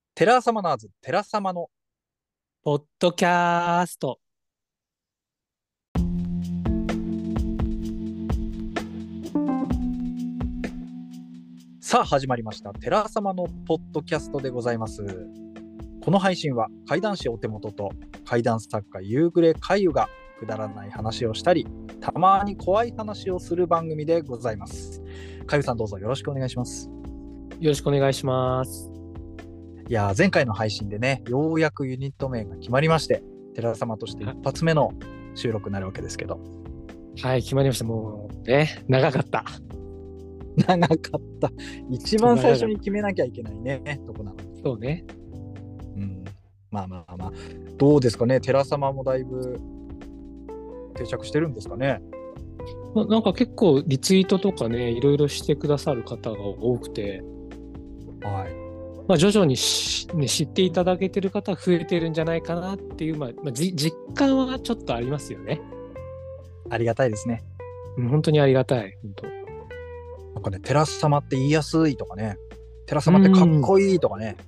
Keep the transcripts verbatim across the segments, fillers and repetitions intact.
テラサマナーズ、テラサマの。 ポッドキャスト。 さあ始まりました。テラサマのポッドキャストでございます。この配信は怪談師お手元と怪談作家夕暮れ海遊がくだらない話をしたり、たまに怖い話をする番組でございます。海遊さんどうぞよろしくお願いします。 よろしくお願いします。 いや前回の配信でね、ようやくユニット名が決まりまして、テラサマとして一発目の収録になるわけですけど。 はい、決まりました。もうね、長かった。 長かった。一番最初に決めなきゃいけないね、とこなのに。 そうね。 うん、まあまあまあ、どうですかね、寺様もだいぶ定着してるんですかね。 まなんか結構リツイートとかね、いろいろしてくださる方が多くて、 はい。 まあ、徐々にし、ね、知っていただけてる方増えてるんじゃないかなっていう、まあ、まあ、じ実感はちょっとありますよね。 ありがたいですね。 うん、本当にありがたい。本当。 なんかね、寺様って言いやすいとかね、寺う様ってかっん。 こいいとかね、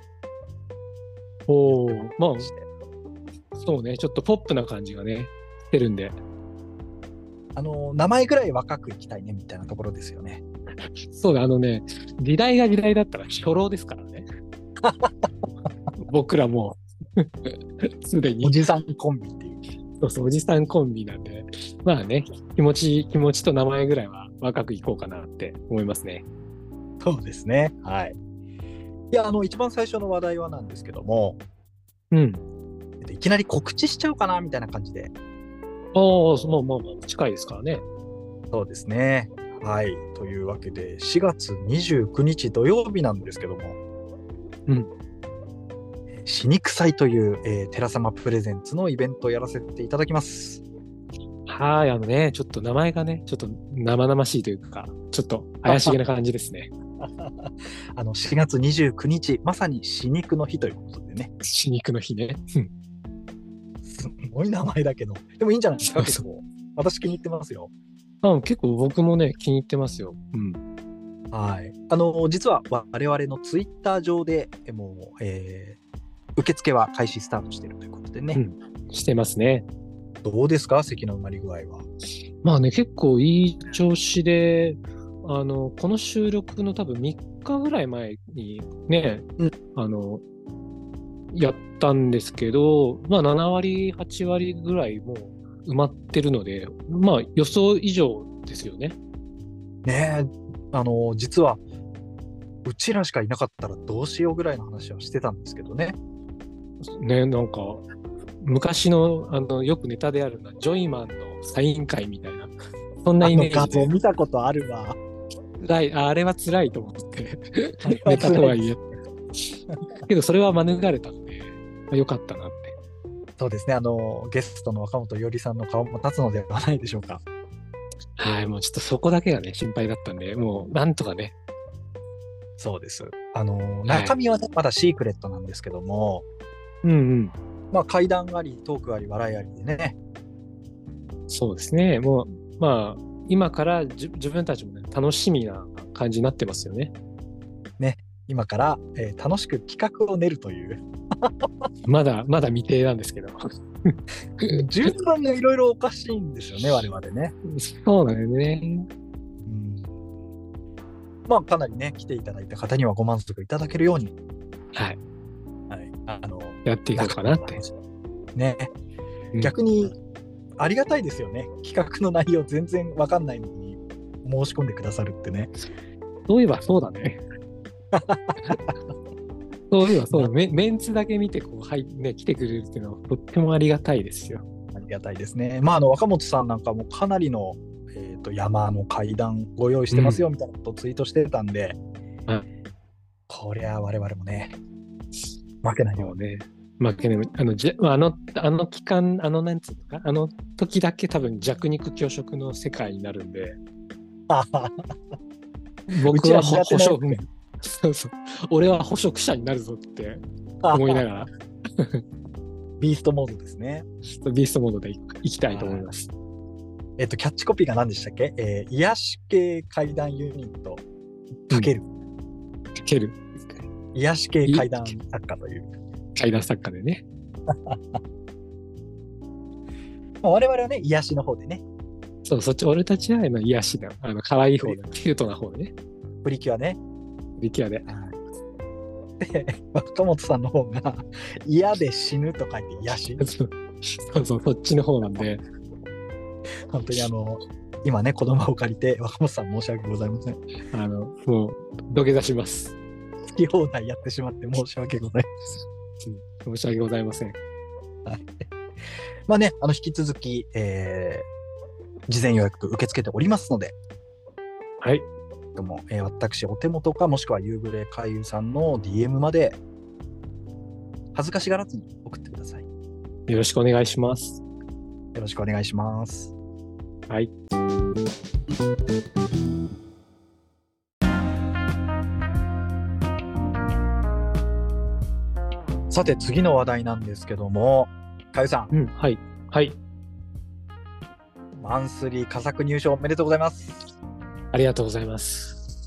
言ってもおー、まらったりして。 あ、そうね。ちょっとポップな感じがね、してるんで。 あの、名前ぐらい若くいきたいね、みたいなところですよね。 そうだ、あのね、時代が時代だったら初老ですからね。僕らもうすでに。 おじさんコンビっていう。 そうそう、おじさんコンビなんで、まあね、気持ち、気持ちと名前ぐらいは若くいこうかなって思いますね。 そうですね。はい。いや、あの、一番最初の話題はなんですけども、 うん。 えっといきなり告知しちゃうかな、みたいな感じで。 ああ、まあまあまあ、近いですからね。 そうですね。はい。というわけで、しがつにじゅうくにち土曜日なんですけども、 うん。 死肉祭という、えー、寺様プレゼンツのイベントをやらせていただきます。 はい、あのね、ちょっと名前がね、ちょっと生々しいというか、ちょっと怪しげな感じですね。 あのしがつにじゅうくにち、まさに死肉の日ということでね、 死肉の日ね。うん。 すごい名前だけど、でもいいんじゃないですか、 そうそう。 結構。私気に入ってますよ。 あ、結構僕もね、気に入ってますよ。うん。 はい。あの、実は我々のツイッター上でもう、えー受付は開始スタートしているということでね。 うん。してますね。 どうですか、席の埋まり具合は。 まあね、結構いい調子で、あの、この収録の多分みっかぐらい前にね、 うん。 あの、やったんですけど、まあなな割、はち割ぐらいもう埋まってるので、まあ予想以上ですよね。 ねえ、あの、実は、うちらしかいなかったらどうしようぐらいの話はしてたんですけどね。 ね、なんか、昔の、あの、よくネタであるのは、ジョイマンのサイン会みたいな、そんなイあの画メージで、 像見たことあるわ。 辛い、ああれは辛いと思って、 あれはネタとはいえ。 辛いです。 けど、それは免れたので、まあ、よかったなって。 そうですね。あの、ゲストの若本伊織さんの顔も立つのではないでしょうか。 はい、もうちょっとそこだけがね、心配だったんで、もう、なんとかね。 そうです。あの、 はい。 中身はね、まだシークレットなんですけども、 うんうん。 まあ、怪談あり、トークあり、笑いありでね、 そうですね。もう、まあ、今からじ自分たちもね、楽しみな感じになってますよね。 ね、今から、えー楽しく企画を練るという、 まだ、まだ未定なんですけど。 順番がいろいろおかしいんですよね、我々ね。 そうだよね。 うん、まあ、かなりね、来ていただいた方にはご満足いただけるように、 はい。 はい、あの、 やっていこう中かなって。 身の話ね、 うん。 逆にありがたいですよね。企画の内容全然わかんないのに申し込んでくださるってね。 そういえばそうだね。そういえばそうだ。 なメ、メンツだけ見て、こう、はい、ね、来てくれるっていうのはとってもありがたいですよ。 ありがたいですね。まあ、あの若本さんなんかもかなりの、えー、と山の階段ご用意してますうん。 よみたいなことをツイートしてたんで、 あ、 こりゃ我々もね、負けないように。 そうね。まあ、けど、あの、じゃ、あの、あの期間、あの、なんつうのか、あの時だけ多分弱肉強食の世界になるんで、 う僕はほちら苦手保証、うん、 なやつね。 そうそう。俺は捕食者になるぞって思いながら、 ビーストモードですね。 ビーストモードでい行きたいと思いはい。 ます。 えっと、キャッチコピーが何でしたっけ、えー癒し系怪談ユニットうん。 かける。 かける。 癒し系怪談作家という。 怪談作家でね。 まあ我々はね、癒しの方でね。 そう、そっち、俺たちはあの癒しだ。あの、可愛い方で、キュートな方でね。 プリキュアね。 プリキュアで。 で、若本さんの方が嫌で死ぬと書いて癒し。 そうそう、そっちの方なんで。 本当にあの、今ね、言葉を借りて、若本さん申し訳ございません。 あの、もう、土下座します。 好き放題やってしまって申し訳ございません。 うん、申し訳ございません。 はい。まあね、あの、引き続き、えー、事前予約受け付けておりますので、 はい。 どうも、えー、私、お手元か、もしくは夕暮れ海遊さんの ディーエム まで、恥ずかしがらずに送ってください。 よろしくお願いします。 よろしくお願いします。 はい。 さて、次の話題なんですけども、かゆさん。 うん、はい。はい。 マンスリー佳作入賞おめでとうございます。 ありがとうございます。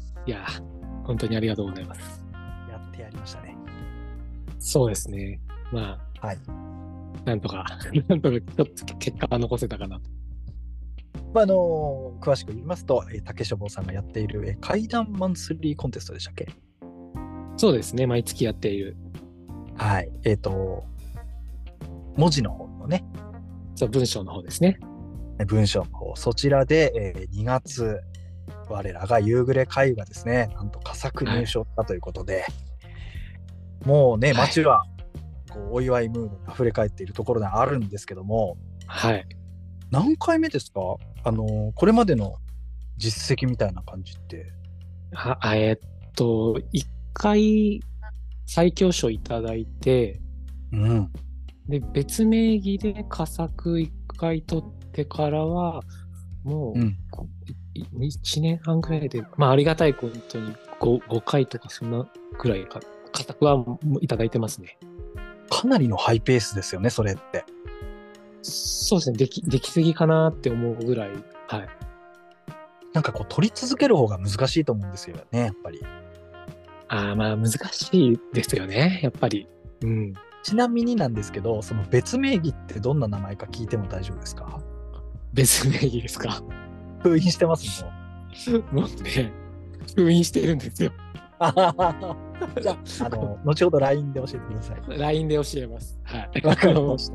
いや、本当にありがとうございます。 やってやりましたね。 そうですね。まあ、はい。 なんとか、なんとかちょっと結果が残せたかなと。 まあ、あのー、詳しく言いますと、えー、竹書房さんがやっている、えー、怪談マンスリーコンテストでしたっけ？ そうですね。毎月やっている。 はい。えっと、文字の方のね。 そう、文章の方ですね。 文章の方。そちらで、えー、にがつ、我らが夕暮れ海がですね、なんと佳作入賞だということで、はい、もうね、街はこうお祝いムードに溢れ返っているところがあるんですけども、 はい。 何回目ですか？あの、これまでの実績みたいな感じって。 は、えー、っと、いっかい最強賞いただいて、 うん。 で、別名義で佳作いっかい取ってからは、もう、うん、いちねんはんぐらいで、まあ、ありがたいことに 5, ごかいとかそんなぐらいか、佳作はいただいてますね。 かなりのハイペースですよね、それって。 そうですね、でき、できすぎかなって思うぐらい、はい。 なんかこう、取り続ける方が難しいと思うんですよね、やっぱり。 ああ、まあ、難しいですよね、やっぱり。うん。 ちなみになんですけど、その別名義ってどんな名前か聞いても大丈夫ですか？ 別名義ですか？ 封印してますもん。もうね、封印してるんですよ。 じゃあ、あの、後ほど ライン で教えてください。 ライン で教えます。はい。 わかりました。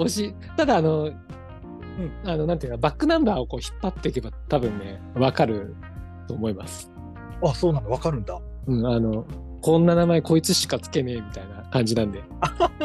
もし、ただ、あの、うん、あの、なんていうか、バックナンバーをこう引っ張っていけば多分ね、わかると思います。 あ、そうなんだ、わかるんだ。 うん、あの、こんな名前こいつしかつけねえみたいな感じなんで。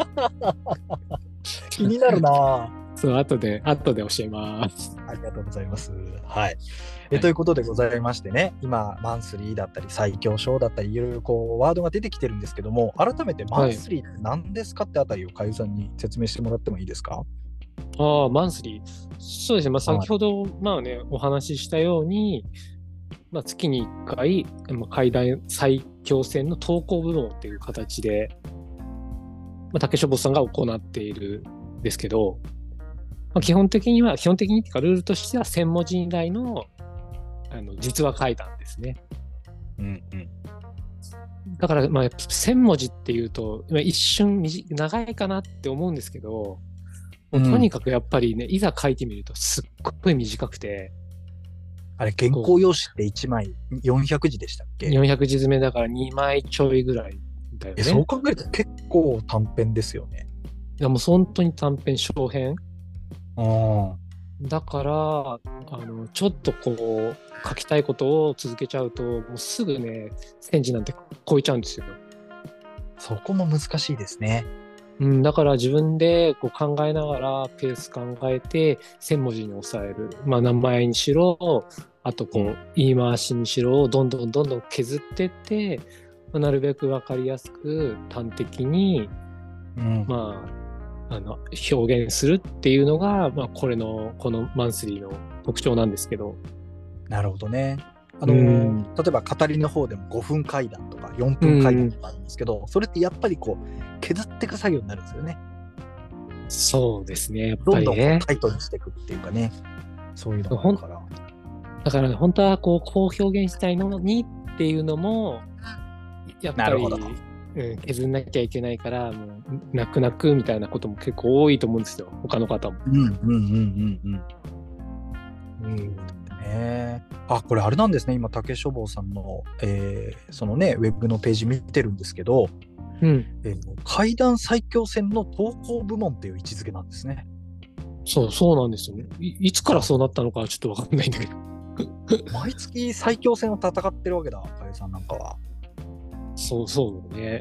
気になるなそう、後で、後で教えます。 ありがとうございます。はい。え、はい、ということでございましてね、今、マンスリーだったり、最強賞だったり、いろいろこう、ワードが出てきてるんですけども、改めてマンスリーって何ですかってあたりをかゆさんに説明してもらってもいいですか？ ああ、マンスリー。そうですね。まあ、先ほど、はい、まあね、お話ししたように、まあ、月にいっかい、まあ、怪談最強戦の投稿部門っていう形で、まあ、竹書房さんが行っているんですけど、まあ、基本的には、基本的にっていうか、ルールとしてはせん文字以内の、あの実話怪談ですね。 うんうん。 だから、まあ、せん文字っていうと、今一瞬長いかなって思うんですけど、もうとにかくやっぱりね、うん、いざ書いてみるとすっごい短くて。 あれ、原稿用紙っていちまいよんひゃくじでしたっけ？ よんひゃくじ詰めだからにまいちょいぐらいだよね。 そう考えると結構短編ですよね。 いやもう本当に短編、小編。 あだから、あの、ちょっとこう、書きたいことを続けちゃうと、もうすぐね、せんじなんて超えちゃうんですよ。 そこも難しいですね。 うん、だから自分でこう考えながらペース考えてせん文字に抑える。まあ名前にしろ、あとこう言い回しにしろ、どんどんどんどん削ってって、まあ、なるべくわかりやすく端的に、うん、まあ、あの表現するっていうのが、まあこれの、このマンスリーの特徴なんですけど。 なるほどね。あのーうん、例えば語りの方でもごふん怪談とかよんぷん怪談とかあるんですけど、うん、それってやっぱりこう削っていく作業になるんですよね。 そうですね。やっぱりね。 どんどんタイトにしていくっていうかね。そういうのがあるから。 だから、ね、本当はこうこう表現したいのにっていうのもやっぱりうん、削んなきゃいけないからもう泣く泣くみたいなことも結構多いと思うんですよ、他の方も。 うんうんうんうんうん。 うん、 ね、あ、これあれなんですね。今竹書房さんの、えー、そのねウェブのページ見てるんですけど、 うん、 えー、怪談最強戦の投稿部門っていう位置づけなんですね。 そうそうなんですよね。い, いつからそうなったのかちょっと分かんないんだけど毎月最強戦を戦ってるわけだ、かゆさんなんかは。 そうそうね。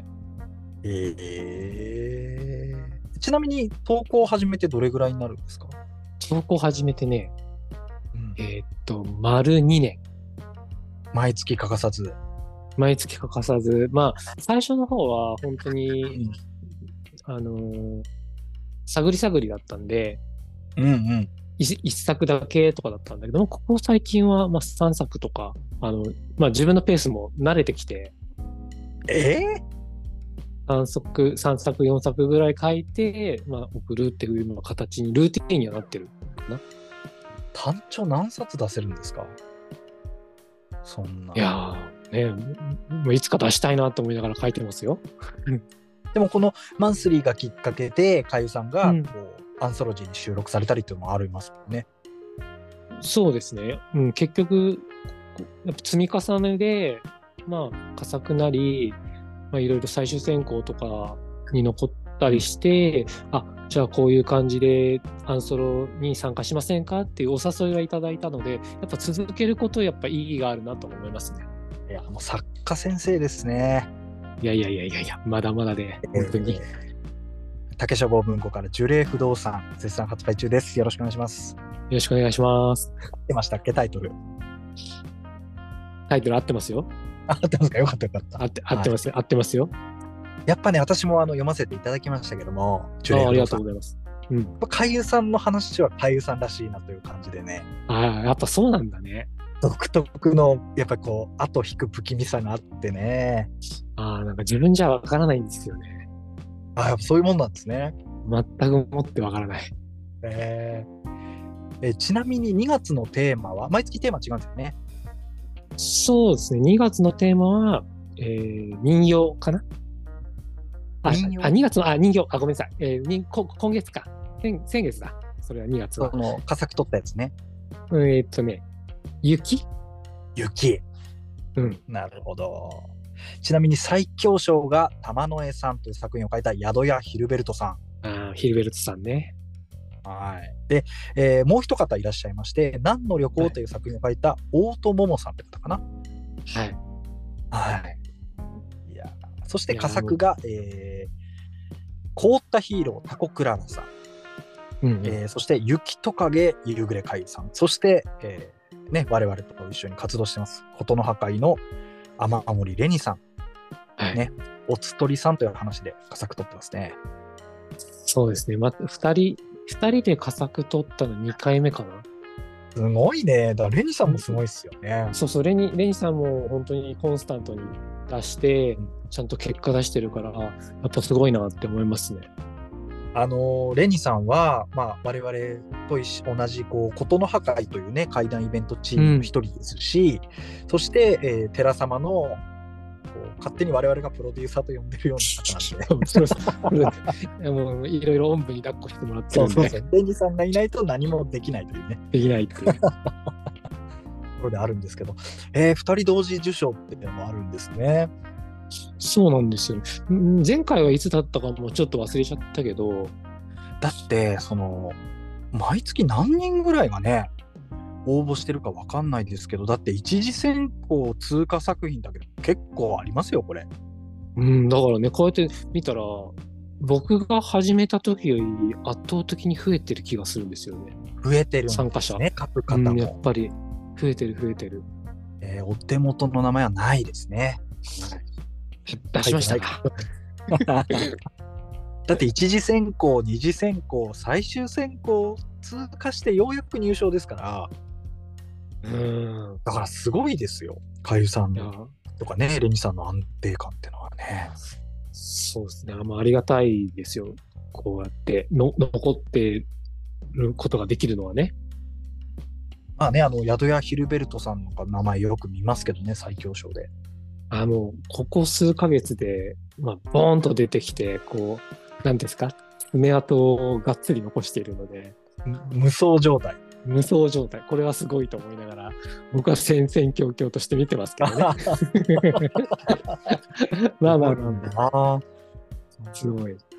えー、ちなみに投稿を始めてどれぐらいになるんですか？ 投稿始めてね、 うん、 えー、っと丸にねん毎月欠かさず。 毎月欠かさず、まあ最初の方は本当に、 うん、 あのー探り探りだったんで、 うんうん一一作だけとかだったんだけども、ここ最近はまあさんさくとか、あの、まあ自分のペースも慣れてきて、 えさんさく、三作、よんさくぐらい書いて、まあ送るっていうような形に、ルーティーンにはなってるかな。 ー、単調何冊出せるんですか？そんな。 いやー、ね、もういつか出したいなと思いながら書いてますよ。 でもこのマンスリーがきっかけでかゆさんがうんこう、アンソロジーに収録されたりっていうのもありますもんね。 そうですね。うん、結局、やっぱ積み重ねで、まあ、佳作なり、まあ、いろいろ最終選考とかに残ったりして、あ、じゃあこういう感じでアンソロに参加しませんかっていうお誘いがいただいたので、やっぱ続けることやっぱ意義があるなと思いますね。 いや、もう作家先生ですね。 いやいやいやいやいや、まだまだで、本当に。 えー、竹書房文庫から樹齢不動産絶賛発売中です。よろしくお願いします。 よろしくお願いします。 出ましたっけ、タイトル？ タイトル合ってますよ。 合ってますか？よかったよかった。 合って、合ってます、はい、合ってますよ。 やっぱね、私もあの読ませていただきましたけども、 樹齢不動産。あ、ありがとうございます。うん。 海優さんの話は海優さんらしいなという感じでね。 ああ、やっぱそうなんだね。 独特のやっぱりこう後引く不気味さがあってね。 ああ、なんか自分じゃわからないんですよね。 あ、やっぱそういうもんなんですね。 全くもってわからない。 えー、えちなみににがつのテーマは毎月テーマ違うんですよね。 そうですね。にがつのテーマは、えー、人形かな。あ、あにがつの、あ、人形、あ、ごめんなさい。えー、にこ今月か先。先月だ。それはにがつは。 その佳作取ったやつね。 えー、っとね、雪雪。 うん。 なるほど。ちなみに最強賞が玉野江さんという作品を書いた宿屋ヒルベルトさん。ああ、ヒルベルトさんね。 はい。で、えー、もう一方いらっしゃいまして、何の旅行という作品を書いた大戸桃さんって方かな。 はい。 はい。いや、そして佳作が、えー、凍ったヒーロータコクララさん。うんうん、えー、そして雪トカゲ夕暮れ海さん。そして、えー、ね、我々と一緒に活動してます。琴の葉会の天森レニさん。はい、ね、おつとりさんという話で佳作取ってますね。 そうですね。またふたり、ふたりで佳作取ったのにかいめかな。 すごいね。だからレニさんもすごいっすよね。 そうそう、レニ、レニさんも本当にコンスタントに出して、うん、ちゃんと結果出してるから、やっぱすごいなって思いますね。 あのレニさんは、まあ、我々と同じこう琴の葉会というね怪談イベントチームの一人ですし、うん、そして、えー、寺様のこう勝手に我々がプロデューサーと呼んでるような方なんでもういろいろおんぶに抱っこしてもらってるんで、そうそうそう、 レニさんがいないと何もできないというねできないっていうところであるんですけど、えー、ふたり同時受賞っていうのもあるんですね。 そうなんですよ。前回はいつだったかもちょっと忘れちゃったけど、 だってその毎月何人ぐらいがね応募してるか分かんないですけど、だって一次選考通過作品だけど結構ありますよこれ。 うん、だからね、こうやって見たら僕が始めた時より圧倒的に増えてる気がするんですよね。 増えてるんですね、 参加者。 各方も、 うん、やっぱり増えてる増えてる。 えー、お手元の名前はないですね。 出しましたか。 だって一次選考、二次選考、最終選考通過してようやく入賞ですから。うん。だからすごいですよ。かゆさんとかね、レニさんの安定感っていうのはね。 そうですね。ありがたいですよ。こうやっての残ってることができるのはね。 まあね、あの宿屋ヒルベルトさんの名前よく見ますけどね、最強賞で。 あ、もう、ここ数ヶ月で、まあ、ボーンと出てきて、こう、なんですか、爪痕をがっつり残しているので、 無双状態。 無双状態。これはすごいと思いながら、僕は戦々恐々として見てますけどね。まあまあまあまあ、 あすごい。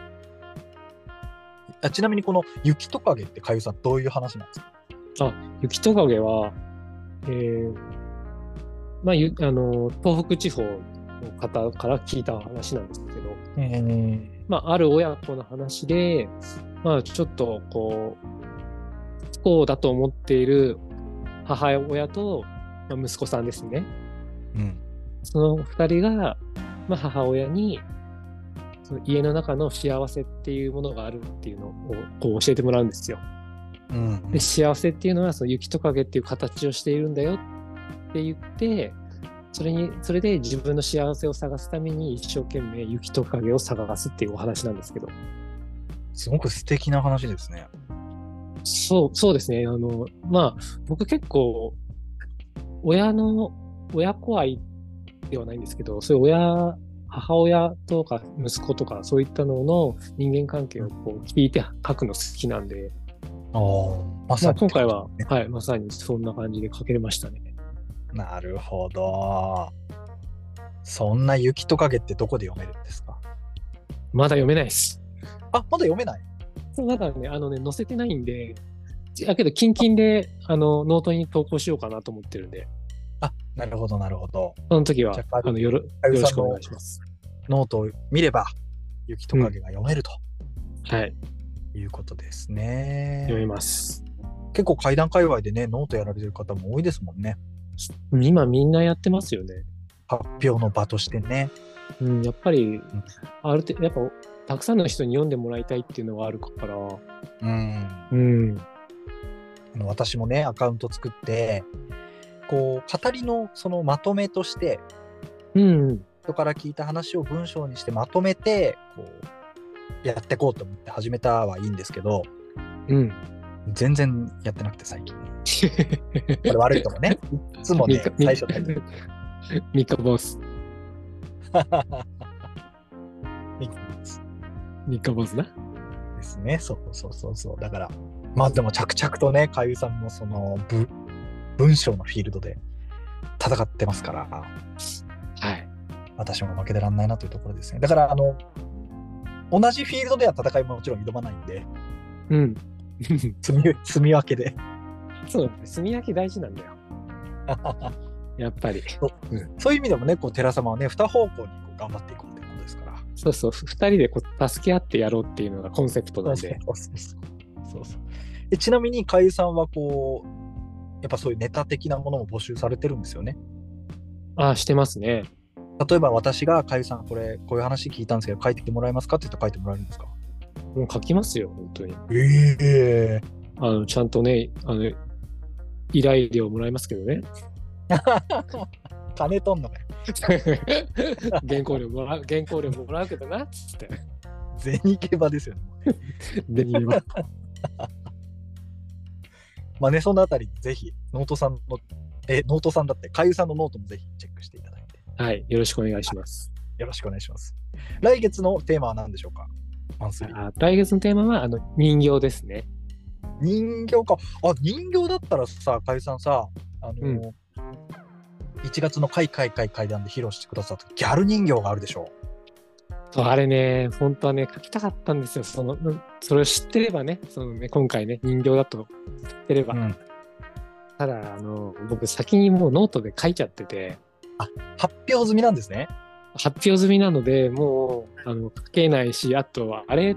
あ、ちなみにこの雪トカゲってかゆさんどういう話なんですか？ あ、雪トカゲは、えー、まあ、ゆあの、東北地方の方から聞いた話なんですけど、 えー、 まあ、ある親子の話で、まあ、ちょっと、こう、不幸だと思っている母親と、まあ、息子さんですね。 うん。 その二人が、まあ、母親に、その家の中の幸せっていうものがあるっていうのをこう教えてもらうんですよ。 うんうん、 で、幸せっていうのはその雪トカゲっていう形をしているんだよって言って、それに、それで自分の幸せを探すために一生懸命雪トカゲを探すっていうお話なんですけど。 すごく素敵な話ですね。 そう、そうですね。あの、まあ、僕結構、親の、親子愛ではないんですけど、そういう親、母親とか息子とかそういったのの人間関係をこう聞いて書くの好きなんで、 ああ、まさまあ、 に、 今回は、はい、まさにそんな感じで書けましたね。 なるほど。そんな雪トカゲってどこで読めるんですか？ まだ読めないです。 あ、まだ読めない？ まだね、あのね、載せてないんで、だけど、キンキンで、あの、ノートに投稿しようかなと思ってるんで、 あ、なるほど、なるほど。 その時は、 じゃああの、よろ、よろしくお願いします。 ノートを見れば、雪トカゲが読めると、 うん、はい。 いうことですね。 読めます。 結構怪談界隈でね、ノートやられてる方も多いですもんね。 今みんなやってますよね。 発表の場としてね。 うん、やっぱり、ある程度、やっぱ、たくさんの人に読んでもらいたいっていうのがあるから、 うん。 うん。 あの私もね、アカウント作って、こう、語りのそのまとめとして、 うん。 人から聞いた話を文章にしてまとめて、こう、やっていこうと思って始めたはいいんですけど、 うん。 全然やってなくて最近。これ悪いともね。いつもね、最初だけ。 ミカボス。 ミカボス。 ミカボスな。 ですね。そうそうそうそう。だから、まあでも着々とね、かゆさんもそのぶ文章のフィールドで戦ってますから、 はい。 私も負けてらんないなというところですね。だから、あの、同じフィールドでは戦いももちろん挑まないんで、 うん。 住み、住み分けで。 そう、炭焼き大事なんだよ。やっぱり。 そう、うん、そういう意味でもね、こう、寺様はね、二方向にこう頑張っていこうってことですから。 そうそう、二人でこう助け合ってやろうっていうのがコンセプトなんで。 そうそうそうそうそう。え、ちなみに、かゆさんはこう、やっぱそういうネタ的なものも募集されてるんですよね。 ああ、してますね。 例えば私がかゆさん、これ、こういう話聞いたんですけど、書いてきてもらえますかって言ったら書いてもらえるんですか？ もう書きますよ、本当に。 ええー。 あの、ちゃんとね、あの、依頼料もらいますけどね。 金取んのかよ。 原稿料もらう、原稿料もらうけどな、つって。 銭ゲバですよね。 で、逃げます。 まあね、そのあたり、ぜひ、ノートさんの、え、ノートさんだって、かゆさんのノートもぜひチェックしていただいて。 はい、よろしくお願いします。 よろしくお願いします。来月のテーマは何でしょうか？マンスリー。 あ、来月のテーマは、あの、人形ですね。 人形か。あ、人形だったらさ、かゆさんさ、あのーうん、いちがつの回回回会談で披露してくださったギャル人形があるでしょう。あれね、本当はね、書きたかったんですよ。その、それを知ってればね、そのね、今回ね、人形だと知ってれば。うん、ただ、あの、僕先にもうノートで書いちゃってて。 あ、発表済みなんですね。 発表済みなので、もう、あの、書けないし、あとは、あれって、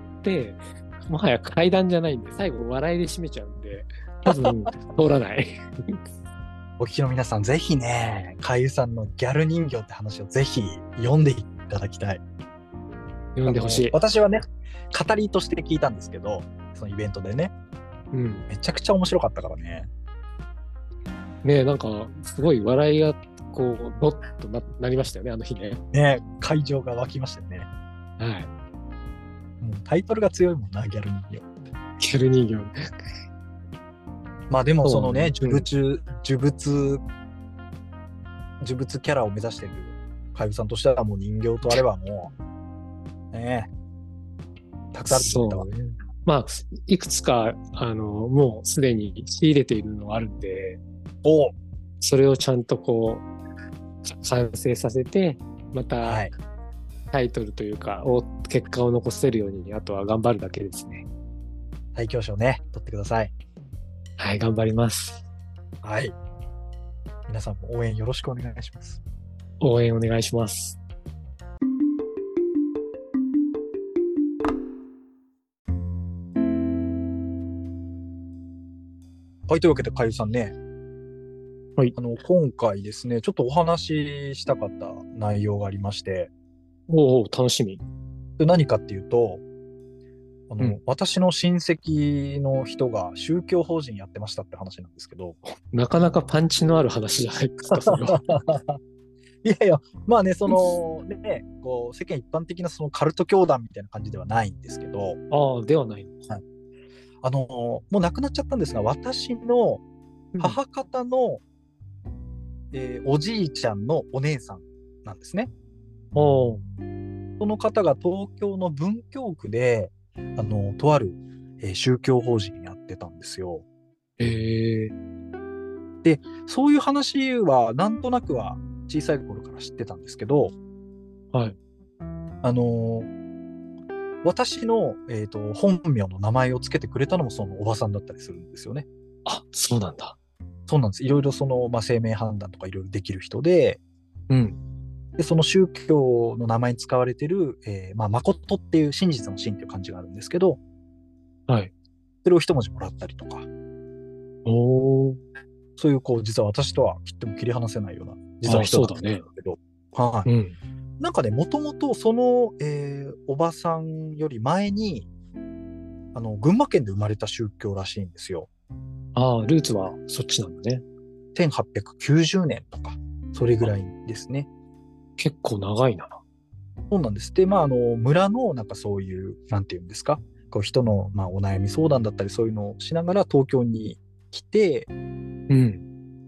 もはや階段じゃないんで、最後笑いで締めちゃうんで、多分通らない。 お聞きの皆さん、ぜひね、かゆさんのギャル人形って話をぜひ読んでいただきたい。 読んでほしい。 私はね、語りとして聞いたんですけど、そのイベントでね、うん、めちゃくちゃ面白かったからね。 ねえ、なんか、すごい笑いが、こう、ドッと な, なりましたよね、あの日ね。 ねえ、会場が沸きましたよね。 はい。 うん、タイトルが強いもんな、ギャル人形。 ギャル人形。 まあでもそのね、呪物、呪物、呪物キャラを目指してるかゆさんとしてはもう人形とあればもう、ねえ、たくさんあると思ったわ。 そうね。まあ、いくつか、あの、もうすでに仕入れているのがあるんで、 おそれをちゃんとこう、完成させて、またはい。 タイトルというか、を、結果を残せるように、あとは頑張るだけですね。 最強賞ね、取ってください。 はい、頑張ります。 はい。皆さんも応援よろしくお願いします。 応援お願いします。 はい、というわけで、かゆさんね、 はい。 あの、今回ですね、ちょっとお話ししたかった内容がありまして、 おお、楽しみ。 で何かっていうと、あの、 うん。私私の親戚の人が宗教法人やってましたって話なんですけど、 なかなかパンチのある話じゃないですか、それは。 いやいや、まあね、その、ね、こう、世間一般的なそのカルト教団みたいな感じではないんですけど、 ああ、ではないの。 はい、あの、もう亡くなっちゃったんですが、私のうん。 母方の、えーおじいちゃんのお姉さんなんですね。 おー。 その方が東京の文京区で、あの、とある、えー宗教法人やってたんですよ。 ええ。 で、そういう話はなんとなくは小さい頃から知ってたんですけど、 はい。 あのー私の、えーと、本名の名前をつけてくれたのもそのおばさんだったりするんですよね。 あ、そうなんだ。 そうなんです。いろいろその、まあ、生命判断とかいろいろできる人で、 うん。 で、その宗教の名前に使われてる、えー、まあ、誠っていう真実の真っていう漢字があるんですけど、 はい。 それを一文字もらったりとか、 おー。 そういうこう、実は私とは切っても切り離せないような、実はああ、 人だったんですそうだね。 けど、はい。 うん。 なんかね、もともとその、えーおばさんより前に、あの、群馬県で生まれた宗教らしいんですよ。 ああ、ルーツはそっちなんだね。 せんはっぴゃくきゅうじゅうねんとか、それぐあ、 らいですね。 結構長いな。 そうなんです。で、まあ、あの、村の、なんかそういう、なんていうんですか、こう人の、まあ、お悩み相談だったり、そういうのをしながら東京に来て、 うん。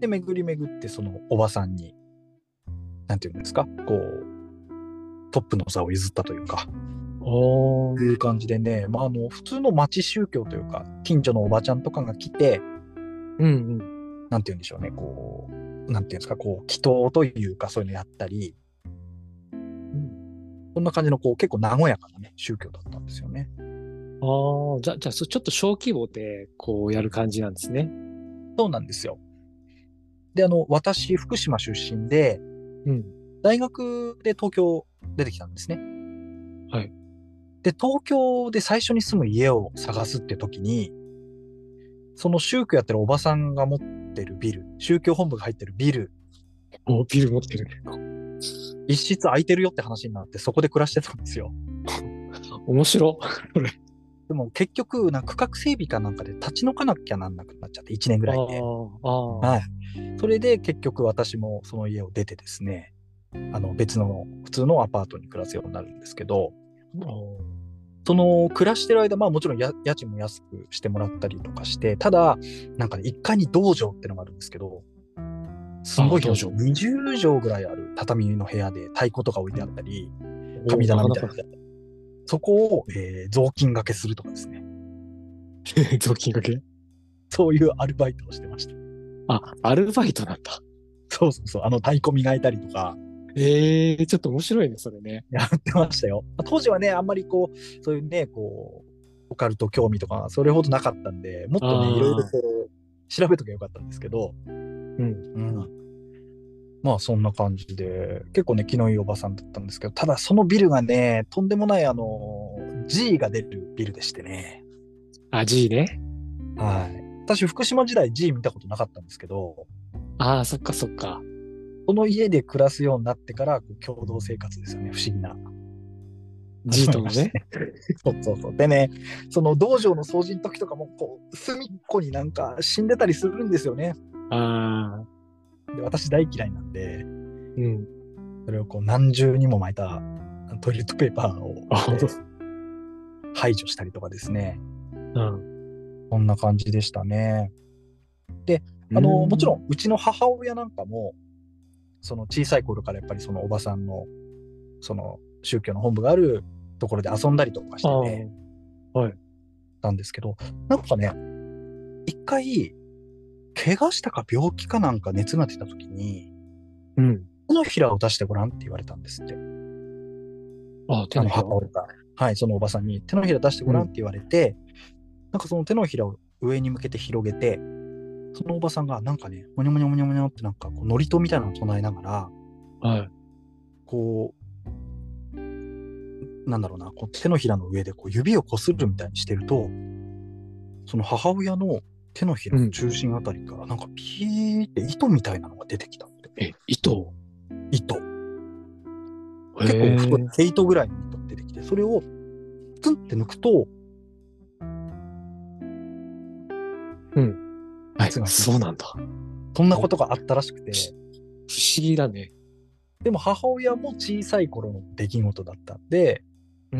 で、巡り巡って、そのおばさんに、なんていうんですか、こう、トップの座を譲ったというか、 おー。 いう感じでね、まあ、あの、普通の町宗教というか、近所のおばちゃんとかが来て、 うんうん。 なんて言うんでしょうね、こう、なんていうんですか、こう、祈祷というか、そういうのやったり、 うん。 そんな感じの、こう、結構和やかなね、宗教だったんですよね。 ああ、じゃ、じゃあ、そちょっと小規模で、こう、やる感じなんですね。 そうなんですよ。で、あの、私、福島出身で、 うん。 大学で東京出てきたんですね。 はい。 で、東京で最初に住む家を探すって時に、その宗教やってるおばさんが持ってるビル、宗教本部が入ってるビル、 お、ビル持ってるね。 一室空いてるよって話になって、そこで暮らしてたんですよ。 面白。これ。 でも結局、なんか区画整備かなんかで立ち退かなきゃなんなくなっちゃって、いちねんぐあらいで。 あ、ああ。 はい。それで結局私もその家を出てですね、あの別の普通のアパートに暮らすようになるんですけど、 おー。 その暮らしてる間、まあもちろんや家賃も安くしてもらったりとかして、ただ、なんかね、いっかいに道場ってのがあるんですけど、すんああ、 ごい広い、 道場。 にじゅう畳ぐらいある畳の部屋で太鼓とか置いてあったり、 おお、な神棚かなか。 みたいなのがあったり、そこを、えー雑巾掛けするとかですね、 雑巾掛け。 そういうアルバイトをしてました。 あ、アルバイトなんだ。 そうそうそう、あの太鼓磨いたりとか、 ええ、ちょっと面白いね、それね。 やってましたよ。当時はね、あんまりこう、そういうね、こう、オカルト興味とか、それほどなかったんで、もっとね、いろいろああ、 こう、調べときゃよかったんですけど、 うん。 うん。まあ、そんな感じで、結構ね、気のいいおばさんだったんですけど、ただそのビルがね、とんでもない、あの、G が出るビルでしてね。 あ、G ね。 はい。私、福島時代 G 見たことなかったんですけど、 ああ、そっかそっか。 その家で暮らすようになってから、こう共同生活ですよね、不思議な。始 G まりとのね。 ましたね。そうそうそう。でね、その道場の掃除の時とかも、こう、隅っこになんか死んでたりするんですよね。 ああ、 で、私大嫌いなんで、 うん。 それをこう何重にも巻いたトイレットペーパーを、 あ、ほんと。 排除したりとかですね。 うん。 そんな感じでしたね。で、 うあの、もちろん。 ん、うちの母親なんかも、 その小さい頃からやっぱりそのおばさんのその宗教の本部があるところで遊んだりとかしてて、 はい。 たんですけど、なんかね、一回、怪我したか病気かなんか熱が出た時に、 うん。 手のひらを出してごらんって言われたんですって。 あ、手あののひら。 母親が。はい、そのおばさんに手のひら出してごらんって言われて、うん、なんかその手のひらを上に向けて広げて、そのおばさんがなんかね、もにょもにょもにょもにょってなんかこう、祝詞みたいなのを唱えながら、 はい。 こう、なんだろうな、こう手のひらの上でこう指をこするみたいにしてると、その母親の手のひらの中心あたりからなんかピーって糸みたいなのが出てきたって。 え、糸糸。 結構太い、毛糸ぐらいの糸が出てきて、それをツンって抜くと、 うん。はい、そうなんだ。 そんなことがあったらしくて。 不思議だね。 でも母親も小さい頃の出来事だったんで、 うん。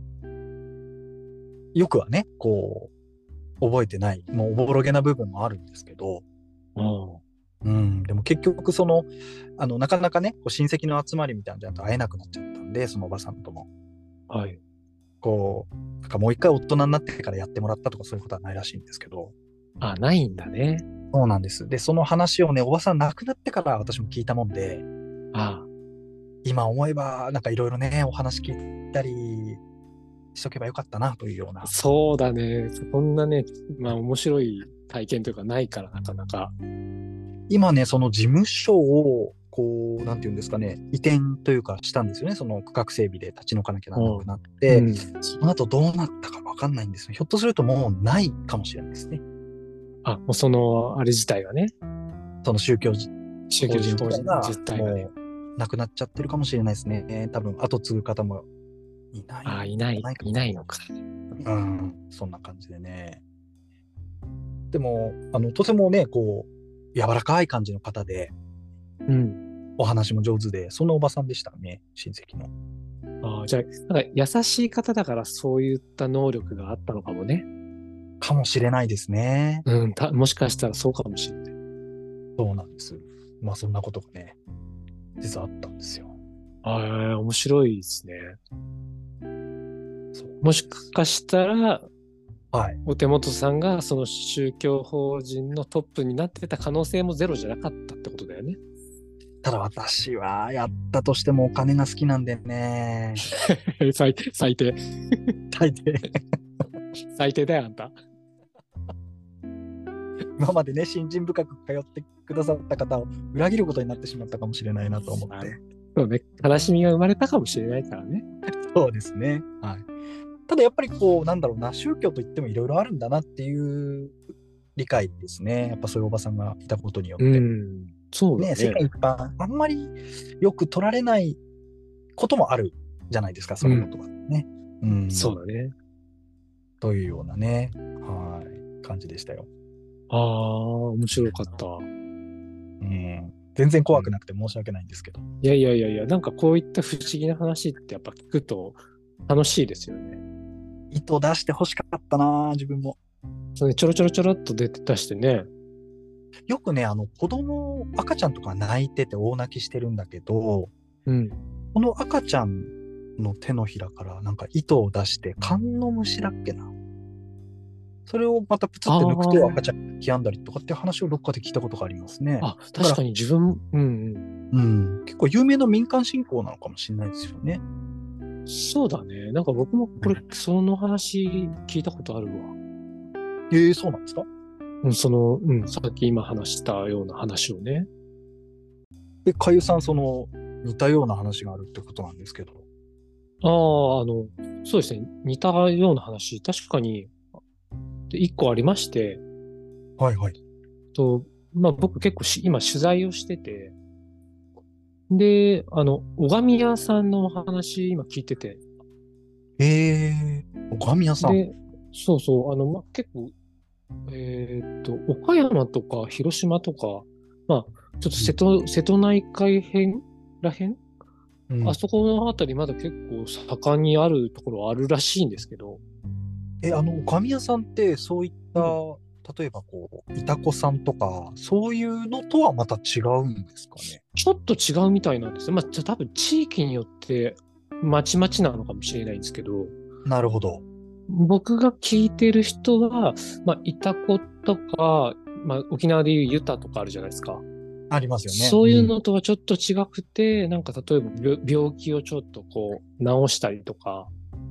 よくはね、こう、覚えてない、もうおぼろげな部分もあるんですけど、うん、でも結局その、あの、なかなかね、こう親戚の集まりみたいなのじゃと会えなくなっちゃったんで、そのおばさんとも。 はい。 こう、なんかもう一回大人になってからやってもらったとかそういうことはないらしいんですけど。 あ、ないんだね。 そうなんです。で、その話をね、おばさん亡くなってから私も聞いたもんで、 ああ、 今思えば、なんかいろいろね、お話聞いたりしとけばよかったなというような。 そうだね。そんなね、まあ面白い体験というかないから、なかなか。 今ね、その事務所を、こう、なんていうんですかね、移転というかしたんですよね。その区画整備で立ち退かなきゃならなくなって、うん、その後どうなったかわかんないんですよ。ひょっとするともうないかもしれないですね。 あ、もうその、あれ自体がね。 その宗教宗教自体が自体がね。 なくなっちゃってるかもしれないですね。多分、後継ぐ方もいない。 あ、いない、いないのか。 うん、そんな感じでね。でも、あの、とてもね、こう、柔らかい感じの方で、 うん。 お話も上手で、そんなおばさんでしたね、親戚の。 ああ、じゃあ、なんか優しい方だからそういった能力があったのかもね。 かもしれないですね。 うん、たもしかしたらそうかもしれない。 そうなんです。まあそんなことがね、実はあったんですよ。 ああ、面白いですね。もしかしたら、 はい、 お手元さんがその宗教法人のトップになってた可能性もゼロじゃなかったってことだよね。 ただ私はやったとしてもお金が好きなんでね。 最低、最低。 最低。 最低だよ、あんた。 今までね、信心深く通ってくださった方を裏切ることになってしまったかもしれないなと思って。 そうね、悲しみが生まれたかもしれないからね。 そうですね。はい。ただやっぱりこう、なんだろうな、宗教といってもいろいろあるんだなっていう理解ですね。やっぱそういうおばさんがいたことによって。うん、 そうだね。 ね、世間一般、あんまりよく取られないこともあるじゃないですか、その言葉ね、うん。うん。 そうだね。 というようなね、はい、感じでしたよ。 ああ、面白かった。 うん。全然怖くなくて申し訳ないんですけど。 いやいやいやいや、なんかこういった不思議な話ってやっぱ聞くと楽しいですよね。 糸出して欲しかったな、自分も。 それちょろちょろちょろっと出て出してね。 よくね、あの子供、赤ちゃんとか泣いてて大泣きしてるんだけど、 うん、この赤ちゃんの手のひらからなんか糸を出して缶の虫だっけな。それをまたプツって抜くと赤ちゃんがきやんだりとかっていう話をどっかで聞いたことがありますね。 あ、確かに自分、うんうん。 うん。結構有名な民間信仰なのかもしれないですよね。 そうだね。なんか僕もこれ、その話聞いたことあるわ。 ええー、そうなんですか？ うん、その、うん、さっき今話したような話をね。 で、かゆさん、その、似たような話があるってことなんですけど。 ああ、あの、そうですね。似たような話、確かに、一個ありまして、 はいはい。 と、まあ僕結構し今取材をしてて、で、あの、拝み屋さんのお話今聞いてて。 ええー、拝み屋さん。 で、そうそう、あの、まあ、結構、えーっと、岡山とか広島とか、まあ、ちょっと瀬戸、うん、瀬戸内海辺らへん、うん、あそこのあたりまだ結構盛んにあるところあるらしいんですけど。 え、あの、拝み屋さんってそういった、 例えばこう、いたこさんとか、そういうのとはまた違うんですかね。 ちょっと違うみたいなんですよ。まあ、じゃあ多分地域によってまちまちなのかもしれないんですけど、 なるほど。 僕が聞いてる人は、まあ、いたことか、まあ、沖縄でいうユタとかあるじゃないですか。 ありますよね。 そういうのとはちょっと違くて、なんか例えば病病気をちょっとこう治したりとか、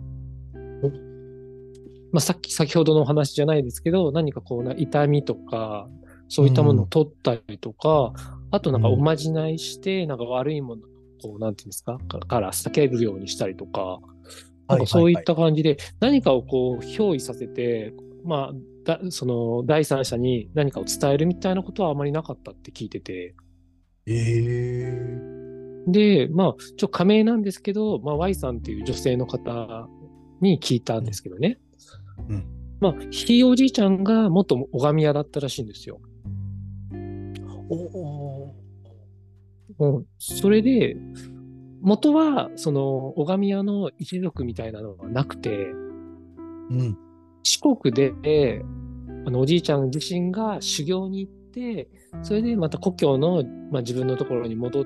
まあ、さっき、先ほどのお話じゃないですけど、何かこうな痛みとか、そういったものを取ったりとか、あとなんかおうん。 まじないして、なんか悪いものをこう、なんていうんですか、かから避けるようにしたりとか、なんかそういっはいはいはい。 た感じで、何かをこう、憑依させて、まあ、だ、その、第三者に何かを伝えるみたいなことはあまりなかったって聞いてて、 ええ。 で、まあ、ちょ、仮名なんですけど、まあ、Y さんっていう女性の方に聞いたんうん。 ですけどね。 うん。 まあ、ひいおじいちゃんが元拝み屋だったらしいんですよ。 おお。 うん。それで、元は、その、拝み屋の一族みたいなのはなくて、 うん。 四国で、あの、おじいちゃん自身が修行に行って、それでまた故郷の、まあ、自分のところに戻って、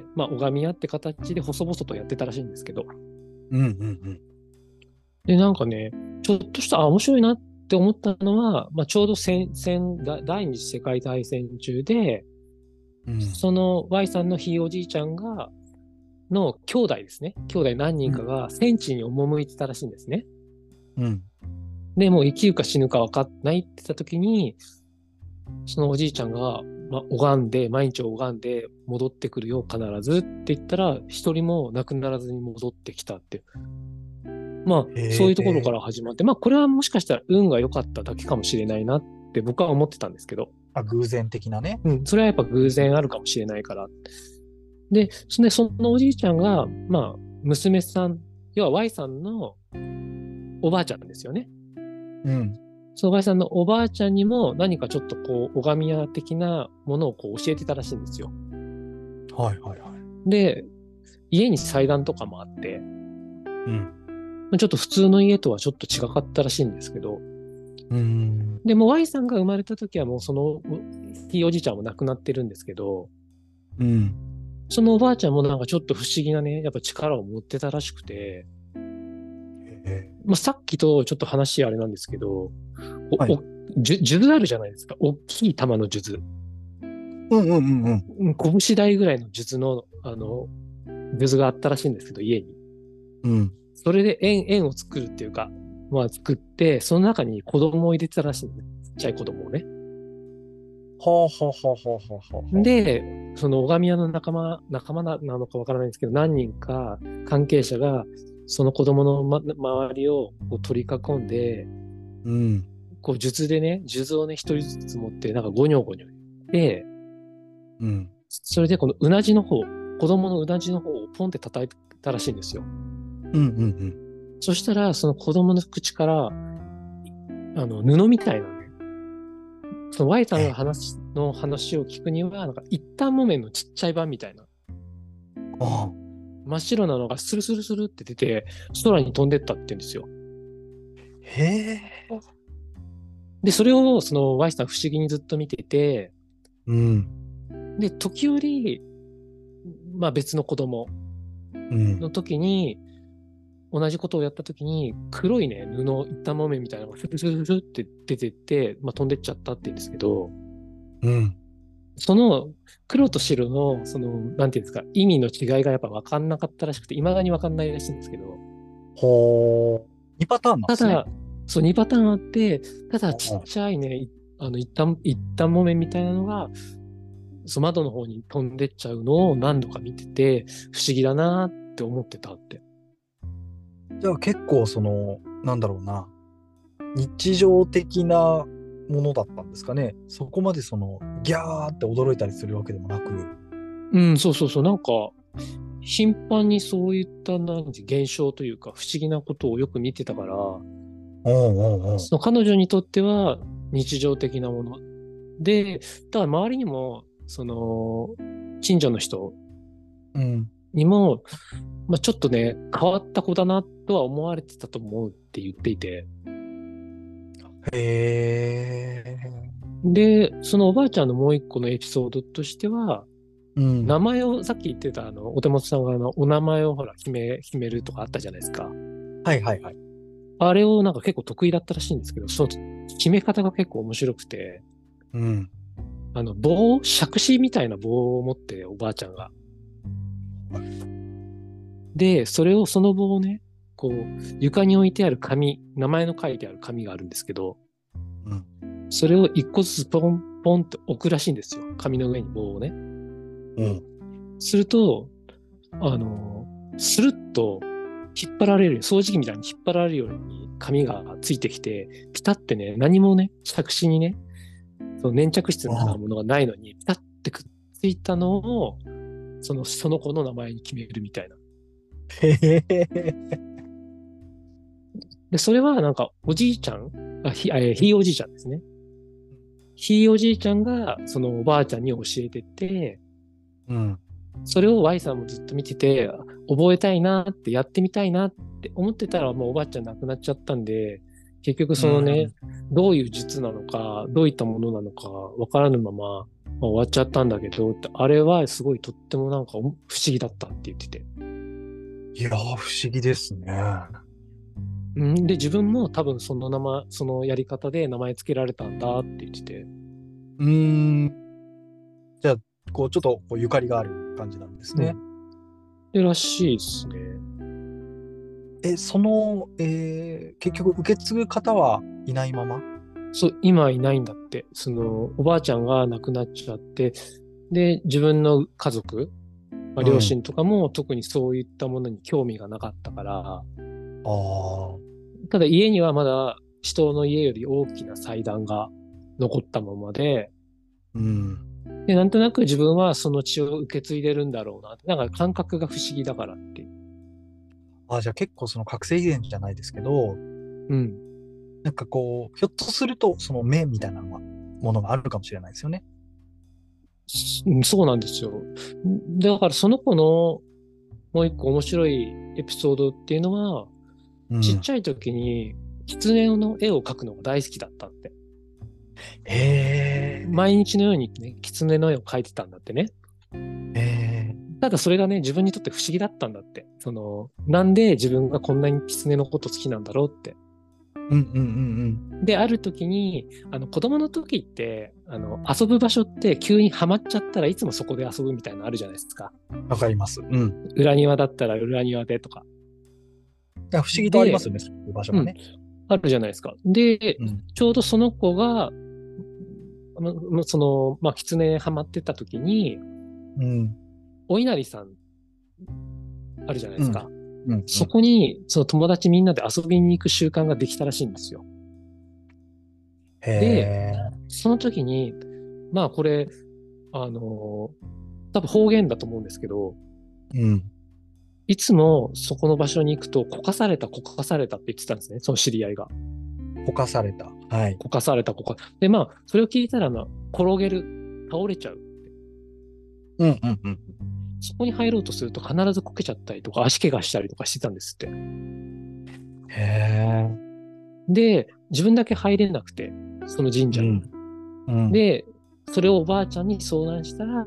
まあ、拝み屋って形で細々とやってたらしいんですけど。 うんうんで、なんかね、ちょっとした、あ、面白いなって思ったのは、まあ、ちょうど戦、戦、だ第二次世界大戦中で、 うん。うん。 その Y さんのひいおじいちゃんが、の兄弟ですね。兄弟何人かが戦地に赴いてたらしいんですね。 うん。 で、もう生きるか死ぬか分かんないって言った時に、そのおじいちゃんが、まあ、拝んで、毎日拝んで戻ってくるよ、必ずって言ったら、一人も亡くならずに戻ってきたって。まあ、そういうところかへえ。 ら始まって、まあ、これはもしかしたら運が良かっただけかもしれないなって僕は思ってたんですけど、 あ、偶然的なね。 うん、それはやっぱ偶然あるかもしれないから。で、そでそのおじいちゃんが、まあ、娘さん、要は Y さんのおばあちゃんですよね。 うん。 その Y さんのおばあちゃんにも何かちょっとこう、拝み屋的なものをこう教えてたらしいんですよ。 はいはいはい。 で、家に祭壇とかもあって、 うん。 ちょっと普通の家とはちょっと違かったらしいんですけど、 うん。 でも Y さんが生まれた時はもうそのひいおじいちゃんも亡くなってるんですけど、 うん。 そのおばあちゃんもなんかちょっと不思議なね、やっぱ力を持ってたらしくて、 へえ。 まあ、さっきとちょっと話あれなんですけど、 はい。 お、お、じゅ数珠あるじゃないですか。大きい玉の数珠。 うんうんうんうん。 うん拳大ぐらいの数珠の、あの、数珠があったらしいんですけど、家に。 うん。 それで円、円を作るっていうか、まあ作って、その中に子供を入れてたらしいんですね。ちっちゃい子供をね。 はあはあはあはあはあはあ。 で、その拝み屋の仲間、仲間なのかわからないんですけど、何人か関係者が、その子供の、ま、周りをこう取り囲んで、 うん。 こう、術でね、術をね、一人ずつ持って、なんかゴニョゴニョで、 うん。 それでこのうなじの方、子供のうなじの方をポンって叩いたらしいんですよ。 うんうんうん。 そしたら、その子供の口から、あの、布みたいなね、その Y さんがえ、 話の話を聞くには、なんか一旦木綿のちっちゃい版みたいな、 ああ。 真っ白なのがスルスルスルって出て、空に飛んでったって言うんですよ。 へえ。 で、それをその Y さん不思議にずっと見てて、 うん。 で、時折、まあ別の子供うん。 の時に、同じことをやった時に、黒いね、布、一旦木綿みたいなのがスルスルスルって出てって、まあ飛んでっちゃったって言うんですけど、 うん。 その黒と白の、その、なんていうんですか、意味の違いがやっぱ分かんなかったらしくて、未だに分かんないらしいんですけど、 ほう。にパターンなんですね。 ただ、そう、にパターンあって、ただちっあちゃいね、いあの、一旦、一旦木綿みたいなのが、その窓の方に飛んでっちゃうのを何度か見てて、不思議だなって思ってたって。 じゃあ結構その、なんだろうな。日常的なものだったんですかね。そこまでその、ギャーって驚いたりするわけでもなく。 うん、そうそうそう、なんか、頻繁にそういったなんて現象というか不思議なことをよく見てたから、 おうおうおう。 その彼女にとっては日常的なもので、ただ周りにも、その、近所の人うん。 にも、まあ、ちょっとね、変わった子だなとは思われてたと思うって言っていて、 へえ。 で、そのおばあちゃんのもう一個のエピソードとしては、 うん。 名前を、さっき言ってた、あの、お手元さんがあの、お名前をほら、決め、決めるとかあったじゃないですか。 はいはいはい。 あれをなんか結構得意だったらしいんですけど、その決め方が結構面白くて、 うん。 あの、棒、杓子みたいな棒を持って、おばあちゃんが。で、それを、その棒をね、こう、床に置いてある紙、名前の書いてある紙があるんですけど、 うん。 それを一個ずつポンポンって置くらしいんですよ。紙の上に棒をね。 うん。 すると、あの、スルッと引っ張られるように、掃除機みたいに引っ張られるように紙がついてきて、ピタってね、何もね、杓子にね、その粘着質みたいなものがないのに、ピタってくっついたのを、その、その子の名前に決めるみたいな。 へえ。 で、それはなんか、おじいちゃん、あひ、えーひいおじいちゃんですね。ひいおじいちゃんが、そのおばあちゃんに教えてて、 うん。 それを Y さんもずっと見てて、覚えたいなって、やってみたいなって思ってたら、もうおばあちゃん亡くなっちゃったんで、結局うそのね、 ん。 どういう術なのか、どういったものなのか、わからぬまま、まあ、終わっちゃったんだけど、あれはすごいとってもなんか不思議だったって言ってて。 いやー、不思議ですね。 うんで、自分も多分その名前、そのやり方で名前つけられたんだって言ってて。 うーん。じゃあ、こう、ちょっとこうゆかりがある感じなんですね。 うん。で、らしいですね。 え、その、えー結局受け継ぐ方はいないまま。 そう、今いないんだって。その、おばあちゃんが亡くなっちゃって、で、自分の家族、まあ、両うん。 親とかも特にそういったものに興味がなかったから、 ああ。 ただ家にはまだ人の家より大きな祭壇が残ったままで、 うん。 で、なんとなく自分はその血を受け継いでるんだろうな。なんか感覚が不思議だからっていう。 あ、じゃあ結構その覚醒遺伝じゃないですけど、 うん。 なんかこう、ひょっとするとその目みたいなのが、ものがあるかもしれないですよね。 うんそうなんですよ。だからその子のもう一個面白いエピソードっていうのは、 うん。 ちっちゃい時に狐の絵を描くのが大好きだったって。 へえ。 毎日のようにね、狐の絵を描いてたんだってね。 へえ。 ただそれがね、自分にとって不思議だったんだって。その、なんで自分がこんなに狐のこと好きなんだろうって。 うんうんうんで、ある時に、あの、子供の時って、あの、遊ぶ場所って急にハマっちゃったらいつもそこで遊ぶみたいなのあるじゃないですか。 うん。わかります。うん。 裏庭だったら裏庭でとか。 いや、不思議とありまで、 すよね、そういう場所うん、 がね。 あるじゃないですか。で、 うん。 ちょうどその子が、まその、まあ、狐ハマってた時に、 うん。 お稲荷さんあるじゃないでうん。 すか。 うん。うそん。 こに、その友達みんなで遊びに行く習慣ができたらしいんですよ。 へで、 え。 その時に、まあこれ、あの多分方言だと思うんですけど、 うん。 いつもそこの場所に行くと、こかされた、こかされたって言ってたんですね。その知り合いが。 ほかされた。はい。 こかされた、こか。で、まあ、それを聞いたら、まあ、転げる、倒れちゃう。 うんうんうん。 そこに入ろうとすると必ずこけちゃったりとか、足怪我したりとかしてたんですって。 へえ。 で、自分だけ入れなくて、その神社に。 うん。うん。 で、それをおばあちゃんに相談したら、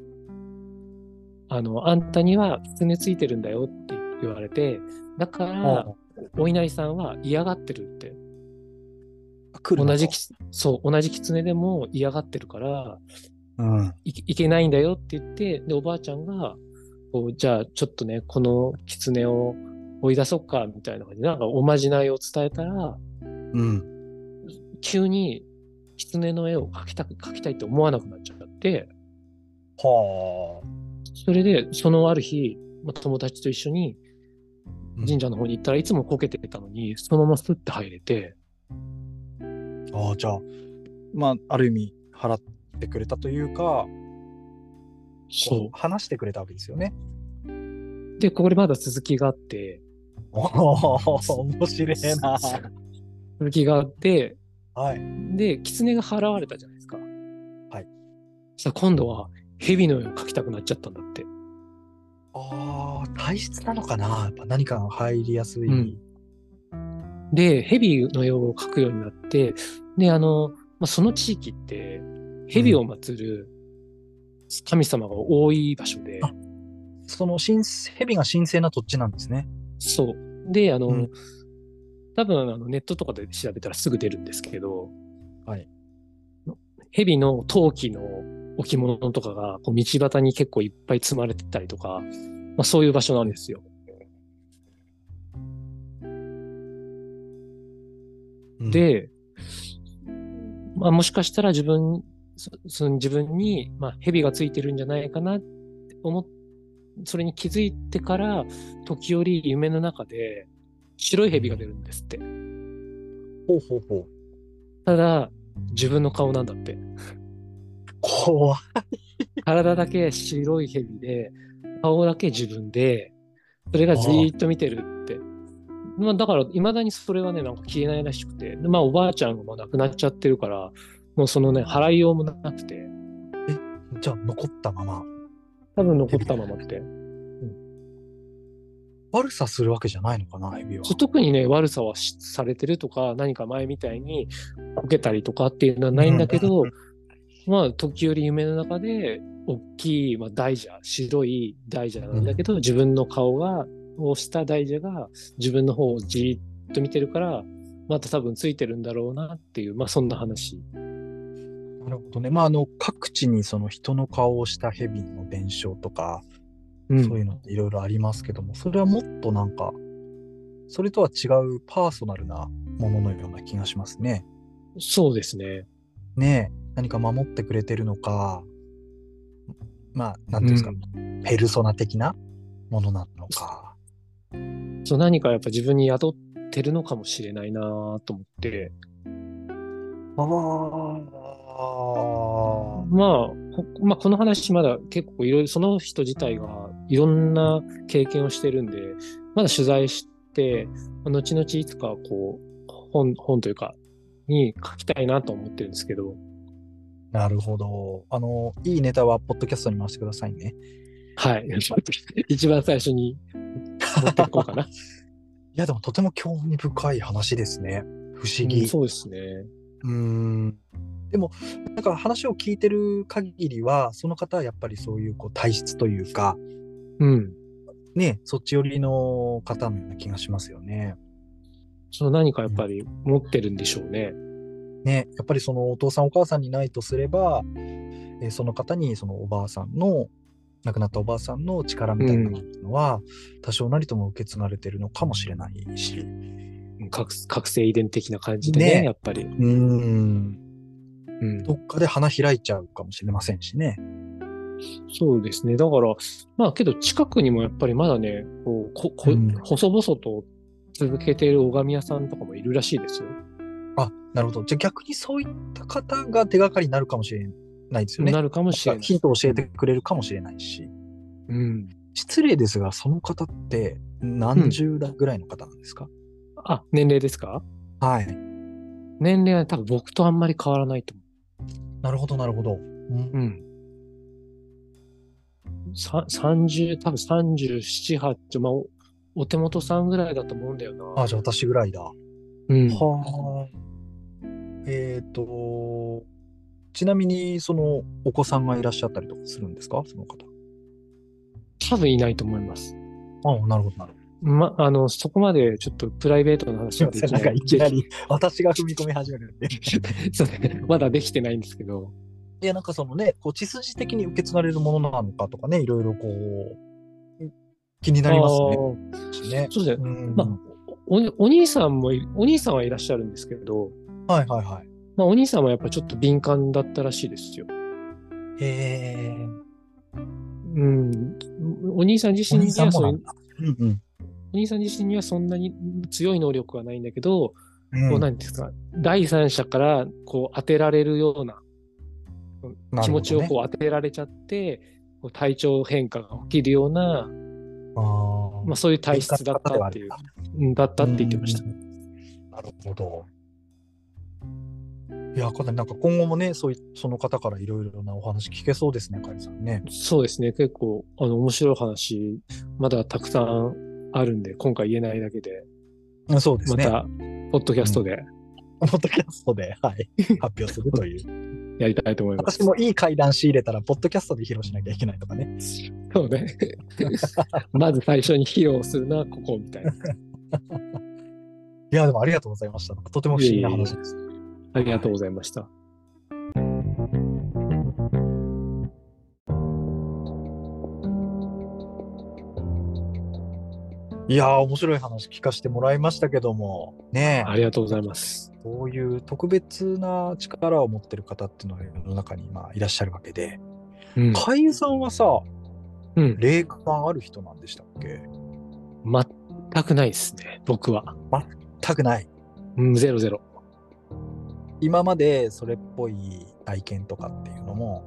あの、あんたには狐ついてるんだよって言われて、だから、 あお稲荷さんは嫌がってるって。 あ、来るなと。 同じき、そう、同じ狐でも嫌がってるから、 うん。 い、いけないんだよって言って、で、おばあちゃんが、こうじゃあ、ちょっとね、この狐を追い出そうか、みたいな感じで、なんかおまじないを伝えたら、 うん。 急に狐の絵を描きたく、描きたいって思わなくなっちゃって、 はあ。 それで、そのある日、まあ友達と一緒にうん。 神社の方に行ったらいつもこけてたのに、そのままスッて入れて、 ああ、じゃあ、まあ、ある意味、払ってくれたというか、こそう、話してくれたわけですよね。 う。で、これまだ続きがあって、 おお、面白いな。 続きがあって、 はい。 で、狐が払われたじゃないですか。 はい。 そしたら今度は蛇の絵を描きたくなっちゃったんだって。 ああ、体質なのかなやっぱ何かが入りやすうん。 い。 で、蛇の絵を描くようになって、で、あの、まあ、その地域って、蛇を祀る神様が多い場所で、 あ、その神、蛇が神聖な土地なんですね。 そう。で、あの、 うん。 多分あのネットとかで調べたらすぐ出るんですけど、 はい。 蛇の陶器の置物とかがこう道端に結構いっぱい積まれてたりとか、まあ、そういう場所なんですよ。 うん。 で、まあ、もしかしたら自分、そその自分に、まあ、蛇がついてるんじゃないかなって思っ、それに気づいてから、時折夢の中で白い蛇が出るんですって。 ほうほうほう。 ただ、自分の顔なんだって。 怖い。 体だけ白い蛇で、顔だけ自分で、それがじああ、 ーっと見てるって。まあ、だから、未だにそれはね、なんか消えないらしくて。でまあ、おばあちゃんがもう亡くなっちゃってるから、もうそのね、払いようもなくて、 え、じゃあ残ったまま、 多分残っ蛇。 たままって。 悪さするわけじゃないのかな、蛇は。 そう特にね、悪さはしされてるとか、何か前みたいにこけたりとかっていうのはないんうんうん。 だけど、まあ、時折夢の中で、大きい、まあ、大蛇、白い大蛇なんだけど、自分の顔が、をした大蛇が自分の方をじーっと見てるから、また多分ついてるんだろうなっていう、まあそんな話。 なるほどね。まあ、あの、各地にその人の顔をした蛇の伝承とか、 うん。 そういうのっていろいろありますけども、それはもっとなんか、それとは違うパーソナルなもののような気がしますね。 そうですね。 ねえ、何か守ってくれてるのか、まあ、なんていうんですか、 うん。 ペルソナ的なものなのか。 そう何かやっぱ自分に宿ってるのかもしれないなと思って。 ああ、 まあ、こまあ、この話まだ結構いろいろ、その人自体がいろんな経験をしてるんで、まだ取材して、まあ後々いつかこう、本、本というか、に書きたいなと思ってるんですけど、 なるほど。あの、いいネタはポッドキャストに回してくださいね。 はい。一番最初に持っていこうかな。 いや、でもとても興味深い話ですね。不思うん、 議。 そうですね。 うーん。でも、なんか話を聞いてる限りは、その方はやっぱりそういうこう体質というか、 うん。 ね、そっち寄りの方のような気がしますよね。 その何かやうん、 っぱり持ってるんでしょうね。 ね、やっぱりそのお父さんお母さんにないとすれば、えーその方にそのおばあさんの、亡くなったおばあさんの力みたいなうん。 のは、多少なりとも受け継がれてるのかもしれないし。 覚、覚醒遺伝的な感じでね、 ね、 やっぱり。 うーん、 うん。 どっかで花開いちゃうかもしれませんしね。 そうですね。だから、まあけど近くにもやっぱりまだね、こう、こ、こ、 うん。 細々と続けている拝み屋さんとかもいるらしいですよ。 あ、なるほど。じゃあ逆にそういった方が手がかりになるかもしれないですよね。 なるかもなんかしれない。 ヒントを教えてうん。 くれるかもしれないし。 うん。 失礼ですが、その方ってうん。 何十代ぐらいの方なんですか？ あ、年齢ですか？ はい。 年齢は多分僕とあんまり変わらないと思なるほど、なるほど。うう。うん。 ん。さ、さんじゅう、多分さんじゅうなな、はち、まあ、お、お手元さんぐらいだと思うんだよあ、 な。 じゃあ私ぐらいだ。 うん。 はあ。えっと、ちなみに、その、お子さんがいらっしゃったりとかするんですか、その方？ 多分いないと思います。 ああ、なるほど、なるほど。 ま、あの、そこまでちょっとプライベートな話すいません、なんかはできない。でき、 いきなり私が踏み込み始めるんで。 そうね。まだできてないんですけど。 いや、なんかそのね、こう、血筋的に受け継がれるものなのかとかね、いろいろこう、気になああ、 りますね。ね。 そうですね。 うまあ、 ん。 お、お兄さんもい、お兄さんはいらっしゃるんですけど、 はいはいはい。 まあ、お兄さんはやっぱちょっと敏感だったらしいですよ。 へえ、 うん。お兄さん自お兄身にはそういう、 さんもなんだ。うんうん。 お兄さん自身にはそんなに強い能力はないんだけど、こう、 うん。 なんていうんですか、第三者からこう当てられるような気持ちをなるほどね。 こう当てられちゃって、こう体調変化が起きるような、 ああ、 まあそういう体敏感質だっな方たっていう、 ではあるんだ。 うんだったうって言ってました。 ん。なるほど。いや、これなんか今後もね、そうい、その方からいろいろなお話聞けそうですね、かりさんね。 そうですね。結構、あの、面白い話、まだたくさんあるんで、今回言えないだけで、 うん、そうですね。 またポッドキャストでポッドキャストで、はい、発表するという。 やりたいと思います。 私もいい怪談仕入れたら、ポッドキャストで披露しなきゃいけないとかね。 そうね。まず最初に披露するのはここみたいな。いや、でもありがとうございました。とても不思議な話です。 ありがとうございました。 いやー、面白い話聞かせてもらいましたけども、ねえ。 ありがとうございます。 こういう特別な力を持ってる方っていうのが世の中にまあいらっしゃるわけで、 うん、 海優さんはさ、 うん、 霊感ある人なんでしたっけ？ 全くないですね、僕は。 全くない。 うん、ゼロゼロ。 今までそれっぽい体験とかっていうのも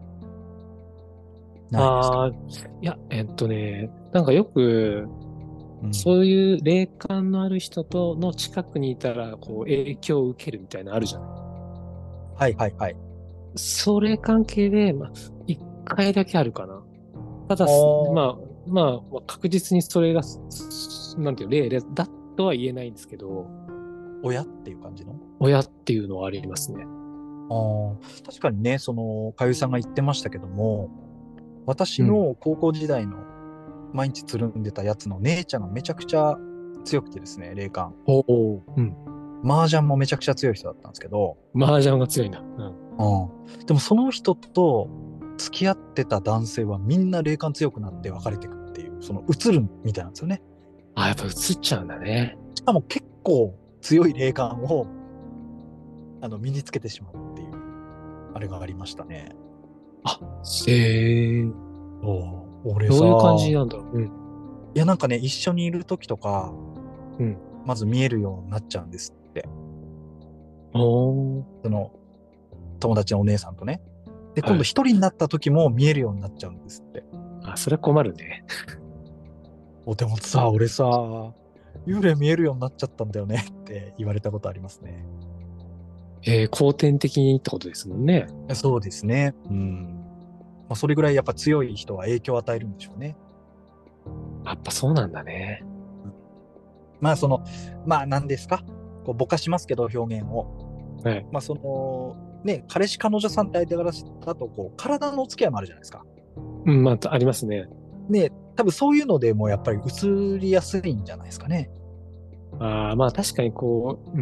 ないですか？ ああ、いや、えっとね、なんかよく、 うん、 そういう霊感のある人との近くにいたら、こう、影響を受けるみたいなのあるじゃない。 はいはいはい。 それ関係で、まあ、一回だけあるかな。ただ、まあ、まあ、まあ、確実にそれが、なんていう、霊だとは言えないんですけど、 親っていう感じの親っていうのはありますね。 あ確かにね、その、かゆさんが言ってましたけども、私うん、 の高校時代の毎日つるんでたやつの姉ちゃんがめちゃくちゃ強くてですね、霊感。 おお、うん。 麻雀もめちゃくちゃ強い人だったんですけど、 麻雀が強いんだ。うん。 うん、でもその人と付き合ってた男性はみんな霊感強くなって別れていくっていう、その移るみたいなんですよね。 あ、やっぱ映っちゃうんだね。 しかも結構強い霊感をあの身につけてしまうっていう、あれがありましたね。 あ、へえ。 お俺さ、 どういう感じなんだろう。うん。 いやなんかね、一緒にいる時とか、 うん。 まず見えるようになっちゃうんですって。 おー。 その友達のお姉さんとね。で、今度はい。 一人になった時も見えるようになっちゃうんですって。 あ、それは困るね。 お、でもさ、俺さ、幽霊見えるようになっちゃったんだよねって言われたことありますね。 えー、後天的にってことですもんね。 そうですね。うん。まあ、それぐらいやっぱ強い人は影響を与えるんでしょうね。 やっぱそうなんだね。 まあ、その、まあ、何ですか。こうぼかしますけど、表現を。 はい。 まあ、その、ね、彼氏彼女さんって相手からだと、こう、体のお付き合いもあるじゃないですか。 うん、まあ、ありますね。 ね、多分そういうのでもやっぱり移りやすいんじゃないですかね。 ああ、まあ確かにこう、うん、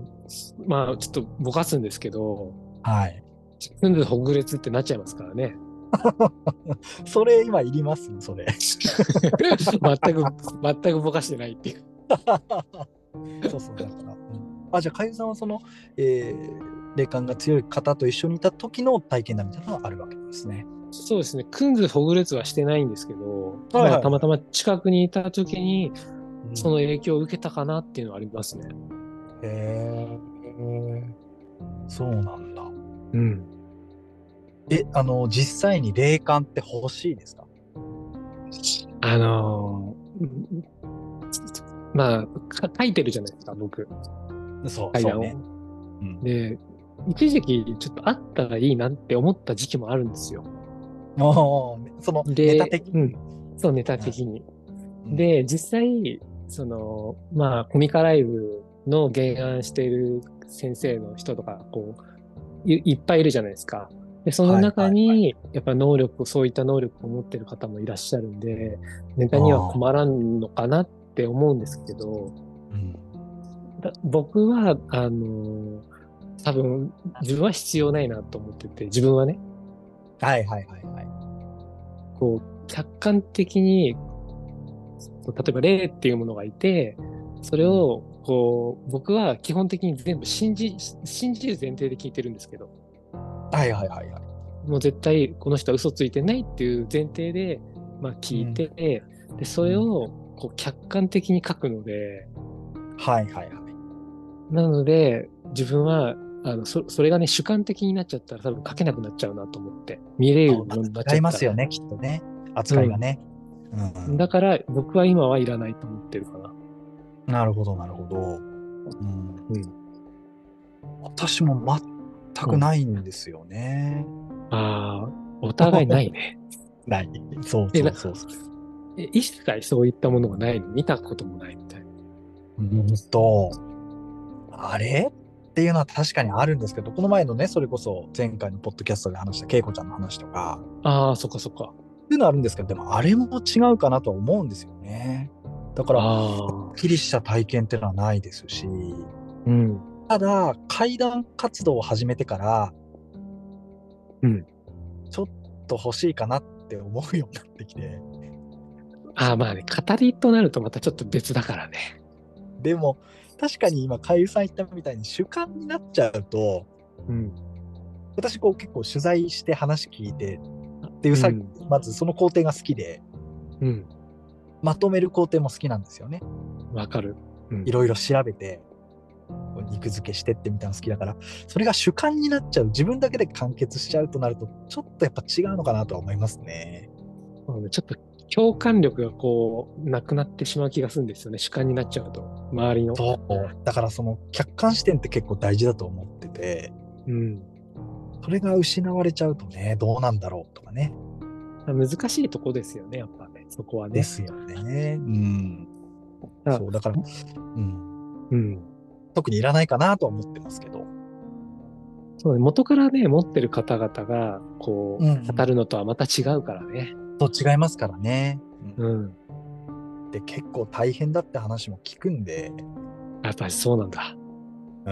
まあちょっとぼかすんですけど、 はい。 住んでほぐれつってなっちゃいますからね。 それ今いりますそれ。 全く、全くぼかしてないっていう。 そうそう、だから。うん、あ、じゃあ、かゆさんはその、えー、霊感が強い方と一緒にいた時の体験談みたいなのがあるわけですね。 そうですね。くんずほぐれつはしてないんですけど、 はいはいはい、 まあたまたま近くにいた時に、 うん、 その影響を受けたかなっていうのはありますね。 へえ、そうなんだ。 うん。 え、あの、実際に霊感って欲しいですか？ あのー、まあ、書いてるじゃないですか、僕。 そう、 階段を。 そうね。うん。 で、一時期ちょっとあったらいいなって思った時期もあるんですよ。 おー、そのネタで、 的に。 うん。そう、ネタ的に。 うん、 で、実際、その、まあ、コミカライブの原案している先生の人とか、こう、い、いっぱいいるじゃないですか。で、そのはいはいはい。 中に、やっぱ能力、そういった能力を持ってる方もいらっしゃるんで、ネタにはああ、 困らんのかなって思うんですけど、 うん。 だ僕は、あの、多分、自分は必要ないなと思ってて、自分はね、 はいはいはいはい。 こう、客観的に、例えば霊っていうものがいて、それを、こう、僕は基本的に全部信じ、信じる前提で聞いてるんですけど、 はいはいはいはい。 もう絶対この人は嘘ついてないっていう前提で、まあ聞いて、で、それをこう客観的に書くので、 はいはいはい。 なので、自分は、あの、そ、それがね、主観的になっちゃったら多分書けなくなっちゃうなと思って。見れるものになっち違いゃったら。 ますよね、きっとね。 うん。 扱いがね。うんだから僕は今はいらないと思ってるかな。 うん、なるほど、なるほど。うん、 うん。 私も全くうん。 ないんですよね。 ああ、お互いないね。 ない。そうえ、な、 そうそうそう。 え一切そういったものがないの見たこともないみたいな。 うんと、 あれっていうのは確かにあるんですけど、この前のね、それこそ前回のポッドキャストで話した恵子ちゃんの話とか、 ああ、そっかそっか。 っていうのはあるんですけど、でもあれも違うかなとは思うんですよね。だから、はああ、 っきりした体験っていうのはないですし、 うん、 ただ、怪談活動を始めてから、 うん。 ちょっと欲しいかなって思うようになってきて、 ああ、まあね、語りとなるとまたちょっと別だからね。 でも、確かに今、かゆさん言ったみたいに主観になっちゃうと、 うん、 私こう結構取材して話聞いてっていうさ、 うん、 まずその工程が好きで、 うん、 まとめる工程も好きなんですよね。 わかる。うん。 いろいろ調べて、肉付けしてってみたいなの好きだから、それが主観になっちゃう、自分だけで完結しちゃうとなると、ちょっとやっぱ違うのかなとは思いますね。 そうねちょっと共感力がこう、なくなってしまう気がするんですよね。主観になっちゃうと。周りの。 そう。だからその客観視点って結構大事だと思ってて、 うん。 それが失われちゃうとね、どうなんだろうとかね。 難しいとこですよね、やっぱね。そこはね。 ですよね。うん。 だそう、だから、うん。 うん。 特にいらないかなとは思ってますけど。 そうね、元からね、持ってる方々が、こう、語うんうん。 るのとはまた違うからね。 と違いますからね。ううん。 ん。 で、結構大変だって話も聞くんで、 やっぱりそうなんだ。 うん。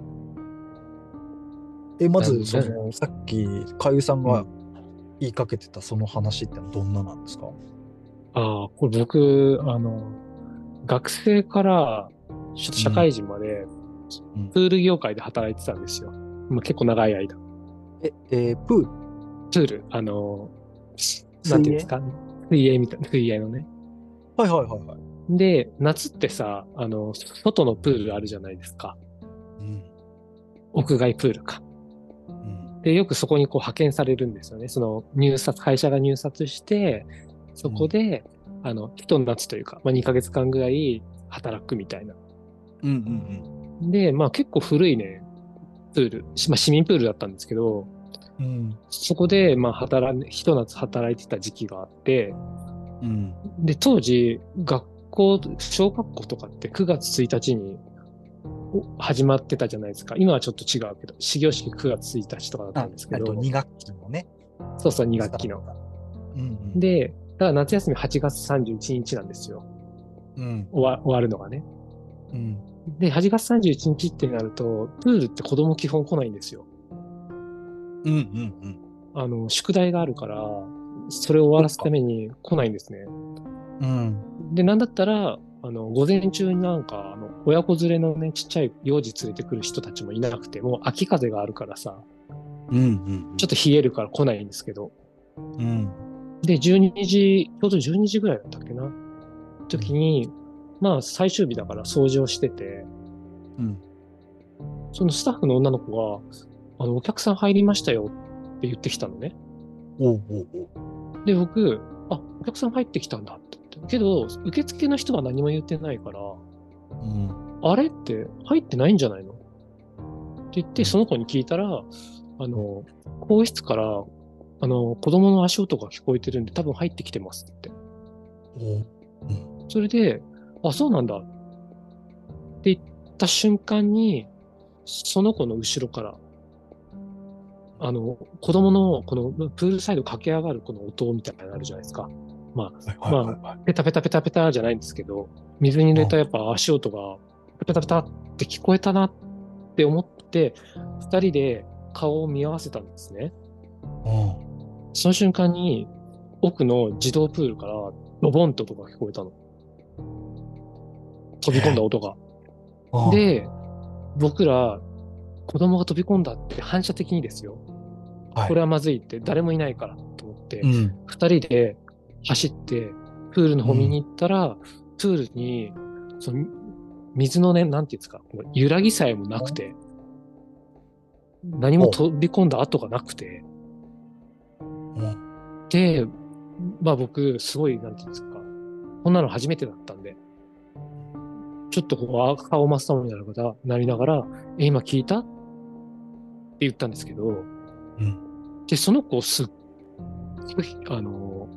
え、まず、 なんだ、 その、さっき、かゆさんがうん。 言いかけてたその話ってのはどんななんですか？ ああ、これ僕、あの、学生からしうん。 社会人まで、 うん。 プール業界で働いてたんですよ。まあ、結構長い間。 え、えープール、 プール、あの、なん水泳、 ていうんですか、水泳みたいな、水泳のね。 はいはいはいはい。 で、夏ってさ、あの、外のプールあるじゃないですか。 うん。 屋外プールか。 うん。 で、よくそこにこう派遣されるんですよね。その入札、会社が入札して、そこうん。 で、あの、一夏というか、まあ、にかげつかんぐらい働くみたいな。 うんうんで、まあ結構古いね、プール、まあ市民プールだったんですけど、 うん。うん。 そこで、まあ働、一夏働いてた時期があって、 うん。 で、当時、学校、小学校とかってくがつついたちに始まってたじゃないですか。今はちょっと違うけど、始業式くがつついたちとかだったあ、 んですけえっと、 ど、 に学期のね、 そうそう、にスタート学期の。 が。うんで、だから夏休みはちがつさんじゅういちにちなんですよ。 うん。うん。 終わ、終わるのがね。 うん。 で、はちがつさんじゅういちにちってなると、プールって子供基本来ないんですよ。 うんうんうん。 あの、宿題があるから、それを終わらすたそっか。 めに来ないんですね。 うん。 で、なんだったら、あの、午前中になんか、あの、親子連れのね、ちっちゃい幼児連れてくる人たちもいなくて、もう秋風があるからさ、 うんうんちょっと冷えるから来ないんですけど。 うん。うん。 で、じゅうにじ、ちょうどじゅうにじぐらいだったっけな。 うん。 時に、まあ、最終日だから掃除をしてて、 うん。 そのスタッフの女の子が、あの、お客さん入りましたよって言ってきたのね。 おうおうおう。 で、僕、あ、お客さん入ってきたんだって言って。けど、受付の人は何も言ってないから、 うん。 あれって入ってないんじゃないのって言って、そうん。 の子に聞いたら、あの、更衣室から、あの、子供の足音が聞こえてるんで、多分入ってきてますって。 おう。うん。 それで、あ、そうなんだって言った瞬間に、その子の後ろから、あの、子供のこのプールサイド駆け上がるこの音みたいなのあるじゃないですか。まはいあ、まあ、 はいはいはい。 ペタペタペタペタじゃないんですけど、水に濡れたやっぱ足音がペタペタって聞こえたなって思って、二人で顔を見合わせたんですね。 うん。 その瞬間に奥の自動プールからロボンって音が聞こえたの。飛び込んだえ音が。 うん。 で、僕ら子供が飛び込んだって反射的にですよ。 はい。 これはまずいって誰もいないからと思って、 うん。 二人で走ってプールのうん。 方見に行ったら、プールに、その水のね、なんていうんですか、こう揺らぎさえもなくて、何もおう。 飛び込んだ跡がなくて、 うん。 で、まあ僕、すごい、なんていうんですか、こんなの初めてだったんで、ちょっとこう、顔真っ青になる方、なりながら、え、今聞いたって言ったんですけど、 うん。 で、その子、すっごい、あの、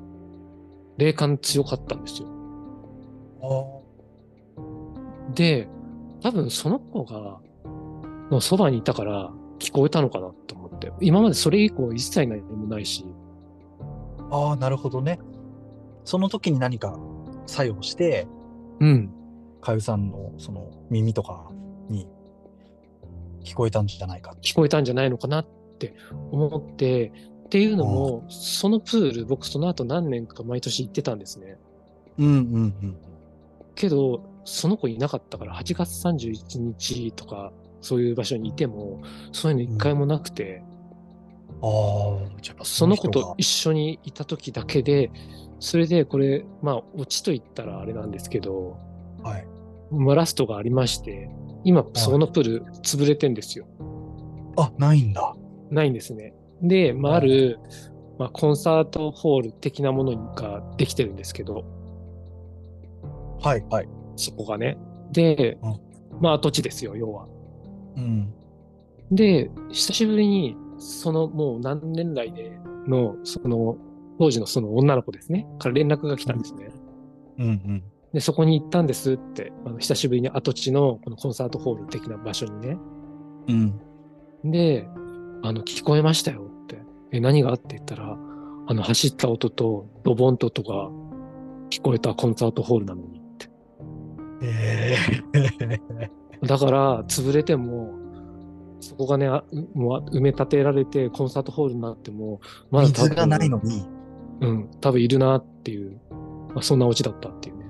霊感強かったんですよ。 ああ。 で、 多分その子が、のそばにいたから聞こえたのかなと思って。今までそれ以降一切何もないし。 ああ、なるほどね。その時に何か作用して、 うん。 かゆさんのその耳とかに聞こえたんじゃないかって。 聞こえたんじゃないのかなって思って、っていうのも、そのプール、僕その後何年か毎年行ってたんですね。 うんうんうんけど、その子いなかったから、はちがつさんじゅういちにちとか、そういう場所にいても、そういうの一回もなくて、 うん。ああ、じゃあそその子の人が。 と一緒にいた時だけで、それでこれ、まあ、オチと言ったらあれなんですけど、 はい。 まあラストがありまして、今、そはい。 のプール潰れてんですよ。 あ、ないんだ。 ないんですね。で、まあ、ああー、 る、まあ、コンサートホール的なものができてるんですけど、 はいはい。 そこがね。で、 うん。 まあ跡地ですよ、要は。 うん。 で、久しぶりに、そのもう何年来での、その、当時のその女の子ですね、から連絡が来たんですね。 うんうん。 で、そこに行ったんですって、あの久しぶりに跡地のこのコンサートホール的な場所にね。 うん。 で、あの、聞こえましたよって。え、何がって言ったら、あの、走った音と、ドボンととが聞こえたコンサートホールなのにって。 ええ。 だから、潰れても、そこがね、あもう埋め立てられてコンサートホールになっても、まだ多水がない分、 のに。 うん、多分いるなっていう、まあ、そんなオチだったっていうね。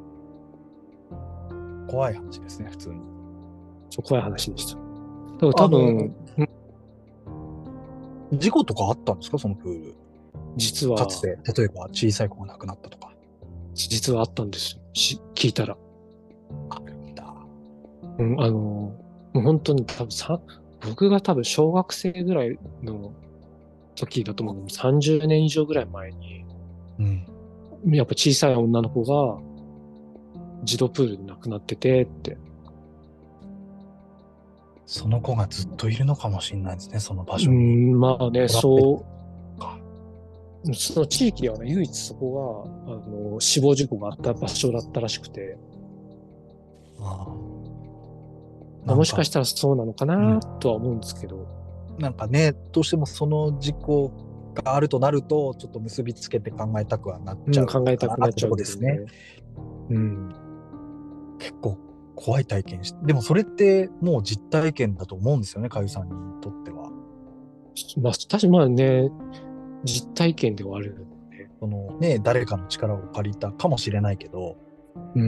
怖い話ですね、普通に。 そう、怖い話でした。だから多あの、 分、うん事故とかあったんですか、そのプール。 実は、 かつて、例えば小さい子が亡くなったとか。 実はあったんですよ。し、聞いたら。 あるんだ。 うん、あの、もう本当に多分さ、僕が多分小学生ぐらいの時だと思う。さんじゅうねん以上ぐらい前に、 うん。 やっぱ小さい女の子が児童プールで亡くなっててって。 その子がずっといるのかもしれないですね、その場う所に。 ん、まあね、 トラッペッそトか。 う、その地域ではね、唯一そこが、あの、死亡事故があった場所だったらしくて、 ああ。 まあ、 なんか、 もしかしたらそうなのかなうん。 とは思うんですけど、 なんかね、どうしてもその事故があるとなると、ちょっと結びつけて考えたくはなっちゃうん、考えうかたくなっちゃうなってとこけどね。 ですね。 うん。 結構怖い体験し、でもそれってもう実体験だと思うんですよね、かゆさんにとっては。 まあ、確かにまあね、実体験ではあるよね。 そのね、誰かの力を借りたかもしれないけど、 うん。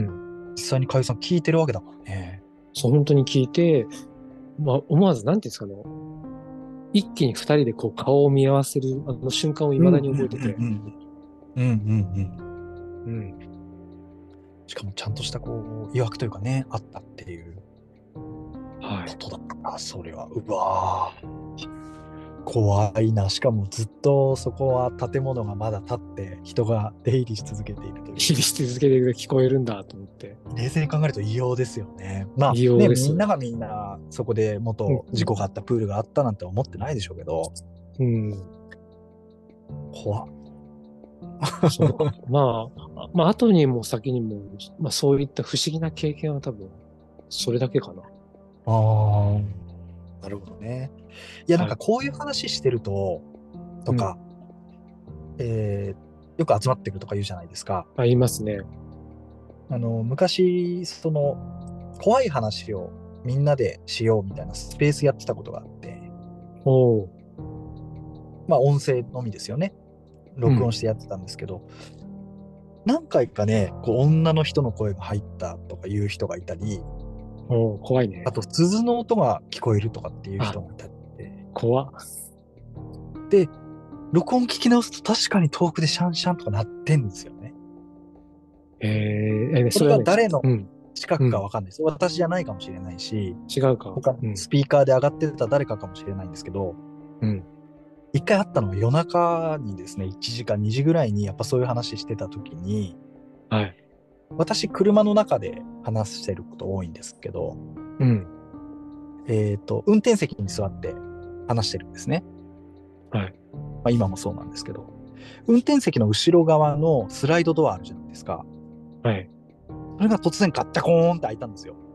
実際にかゆさん聞いてるわけだからね。 そう、本当に聞いて、まあ、思わず、なんていうんですかね、一気に二人でこう顔を見合わせるあの瞬間を未だにうんうんうん覚えてて、 うん。うんうんうん。 うん。 しかもちゃんとしたこう、曰くというかね、あったっていうはい。 ことだから、それは、うわー、怖いな。しかもずっとそこは建物がまだ建って人が出入りし続けているという。 日々し続けて聞こえるんだと思って。 冷静に考えると異様ですよね。まあ異様ね、 です。 みんながみんなそこで元事故があったプールがあったなんて思ってないでしょうけど、 うん。 怖っ。 そう。まあ、まあ、後にも先にも、まあ、そういった不思議な経験は多分、それだけかな。 ああ、なるほどね。いや、なんはい。 かこういう話してると、とうん。 か、えーよく集まってくるとか言うじゃないですか。 あ、言いますね。 あの、昔、その、怖い話をみんなでしようみたいなスペースやってたことがあって、 おお。 まあ音声のみですよね。 うん。 録音してやってたんですけど、何回かね、こう女の人の声が入ったとかいう人がいたり、 おお、怖いね。 あと鈴の音が聞こえるとかっていうあ、 人がいたりで、 怖っ。 で、録音聞き直すと確かに遠くでシャンシャンとか鳴ってんですよね。 えー、えー、 これそれはね、 が誰のうん。 近くかうん。 わかんないです。私じゃないかもしれないし、 違うか。 他のうん。 スピーカーで上がってた誰かかもしれないんですけど、 うん。 一回あったのは夜中にですね、いちじかにじぐらいにやっぱそういう話してた時に、 はい。 私車の中で話してること多いんですけど、 うん。 えっと、運転席に座って話してるんですね。 はい。 まあ今もそうなんですけど、運転席の後ろ側のスライドドアあるじゃないですか。 はい。 それが突然ガッタコーンって開いたんですよ。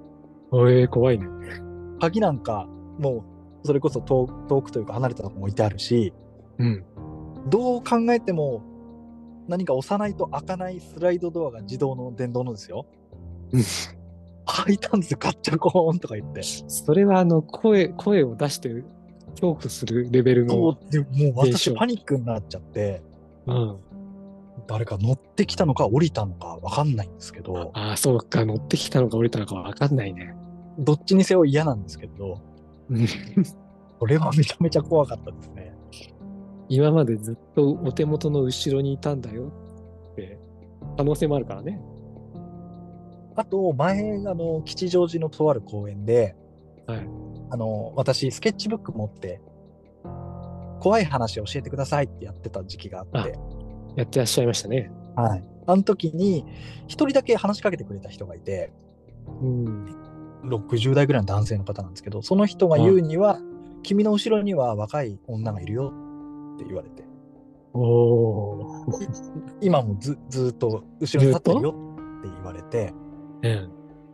おえー、怖いね。 鍵なんか、もう、それこそ遠遠くというか離れたとこも置いてあるし、 うん。 どう考えても何か押さないと開かないスライドドアが自動の電動のですよ。 うん。 開いたんですよ、ガッチャコーンとか言って。 それはあの、声、声を出して恐怖するレベルのそう、でもう現象。 私パニックになっちゃって、 うん。 誰か乗ってきたのか降りたのかわかんないんですけど、 ああ、そうか、乗ってきたのか降りたのかわかんないね。 どっちにせよ嫌なんですけど、 うん。 これはめちゃめちゃ怖かったですね。 今までずっとお手元の後ろにいたんだよって可能性もあるからね。 あと、前、あの、吉祥寺のとある公園で、 はい。 あの、私、スケッチブック持って、怖い話教えてくださいってやってた時期があっあ、 て、 やってらっしゃいましたね。 はい。あの時に、一人だけ話しかけてくれた人がいて、 うん。 ろくじゅう代ぐらいの男性の方なんですけど、その人が言うあ、 には、君の後ろには若い女がいるよって言われて、 おー。 今もずずーっと後ろにずっと立ってるよって言われて、 うん。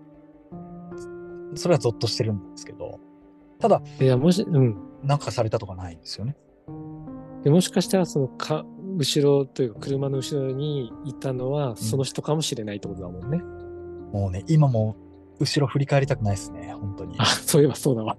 それはゾッとしてるんですけど、ただ、 いや、もし、うん。 なんかされたとかないんですよね。 で、もしかしたら、そのか、後ろというか、車の後ろにいたのは、その人かもしれないってことだもんね。 もうね、今も後ろ振り返りたくないですね、本当に。 あ、そういえばそうだわ。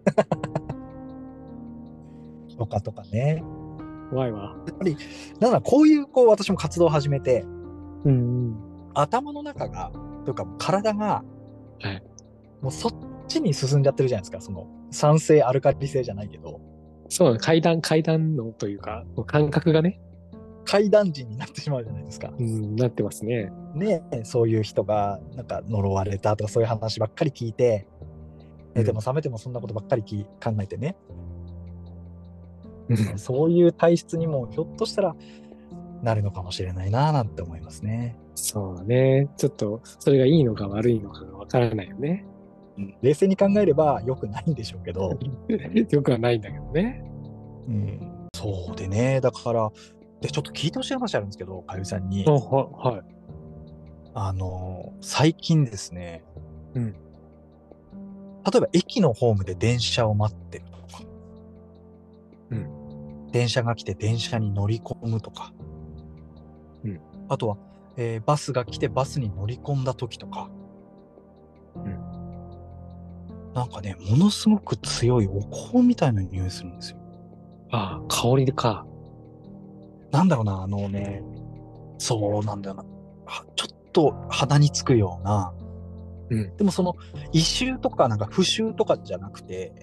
とかとかね。 怖いわ。 やっぱり、だからこういう、こう、私も活動を始めて、 うんうん。 頭の中が、というか体が、 はい。 もうそっちに進んじゃってるじゃないですか、その、酸性、アルカリ性じゃないけど、 そう、階段、階段のというか、こう感覚がね、 怪談人になってしまうじゃないですか。 うん、なってますね。 ねえ、そういう人が、なんか呪われたとかそういう話ばっかり聞いて、寝ても覚めてもそんなことばっかりき考えてね、 うん。 そういう体質にもひょっとしたらなるのかもしれないななんて思いますね。 そうだね。ちょっと、それがいいのか悪いのかがわからないよね。 うん、冷静に考えれば良くないんでしょうけど、 よくはないんだけどね。 うん、そうでね、だから、で、ちょっと聞いてほしい話あるんですけど、かゆさんに、 あ、は、はい。 あの、最近ですね、 うん。 例えば駅のホームで電車を待ってるとか、 うん。 電車が来て電車に乗り込むとか、 うん。 あとは、えーバスが来てバスに乗り込んだ時とか、 うん。 なんかね、ものすごく強いお香みたいな匂いするんですよ。 あ、香りでか。 なんだろうな、あのね、そうなんだよな。はちょっと鼻につくような、 うん。 でもその異臭とかなんか腐臭とかじゃなくて、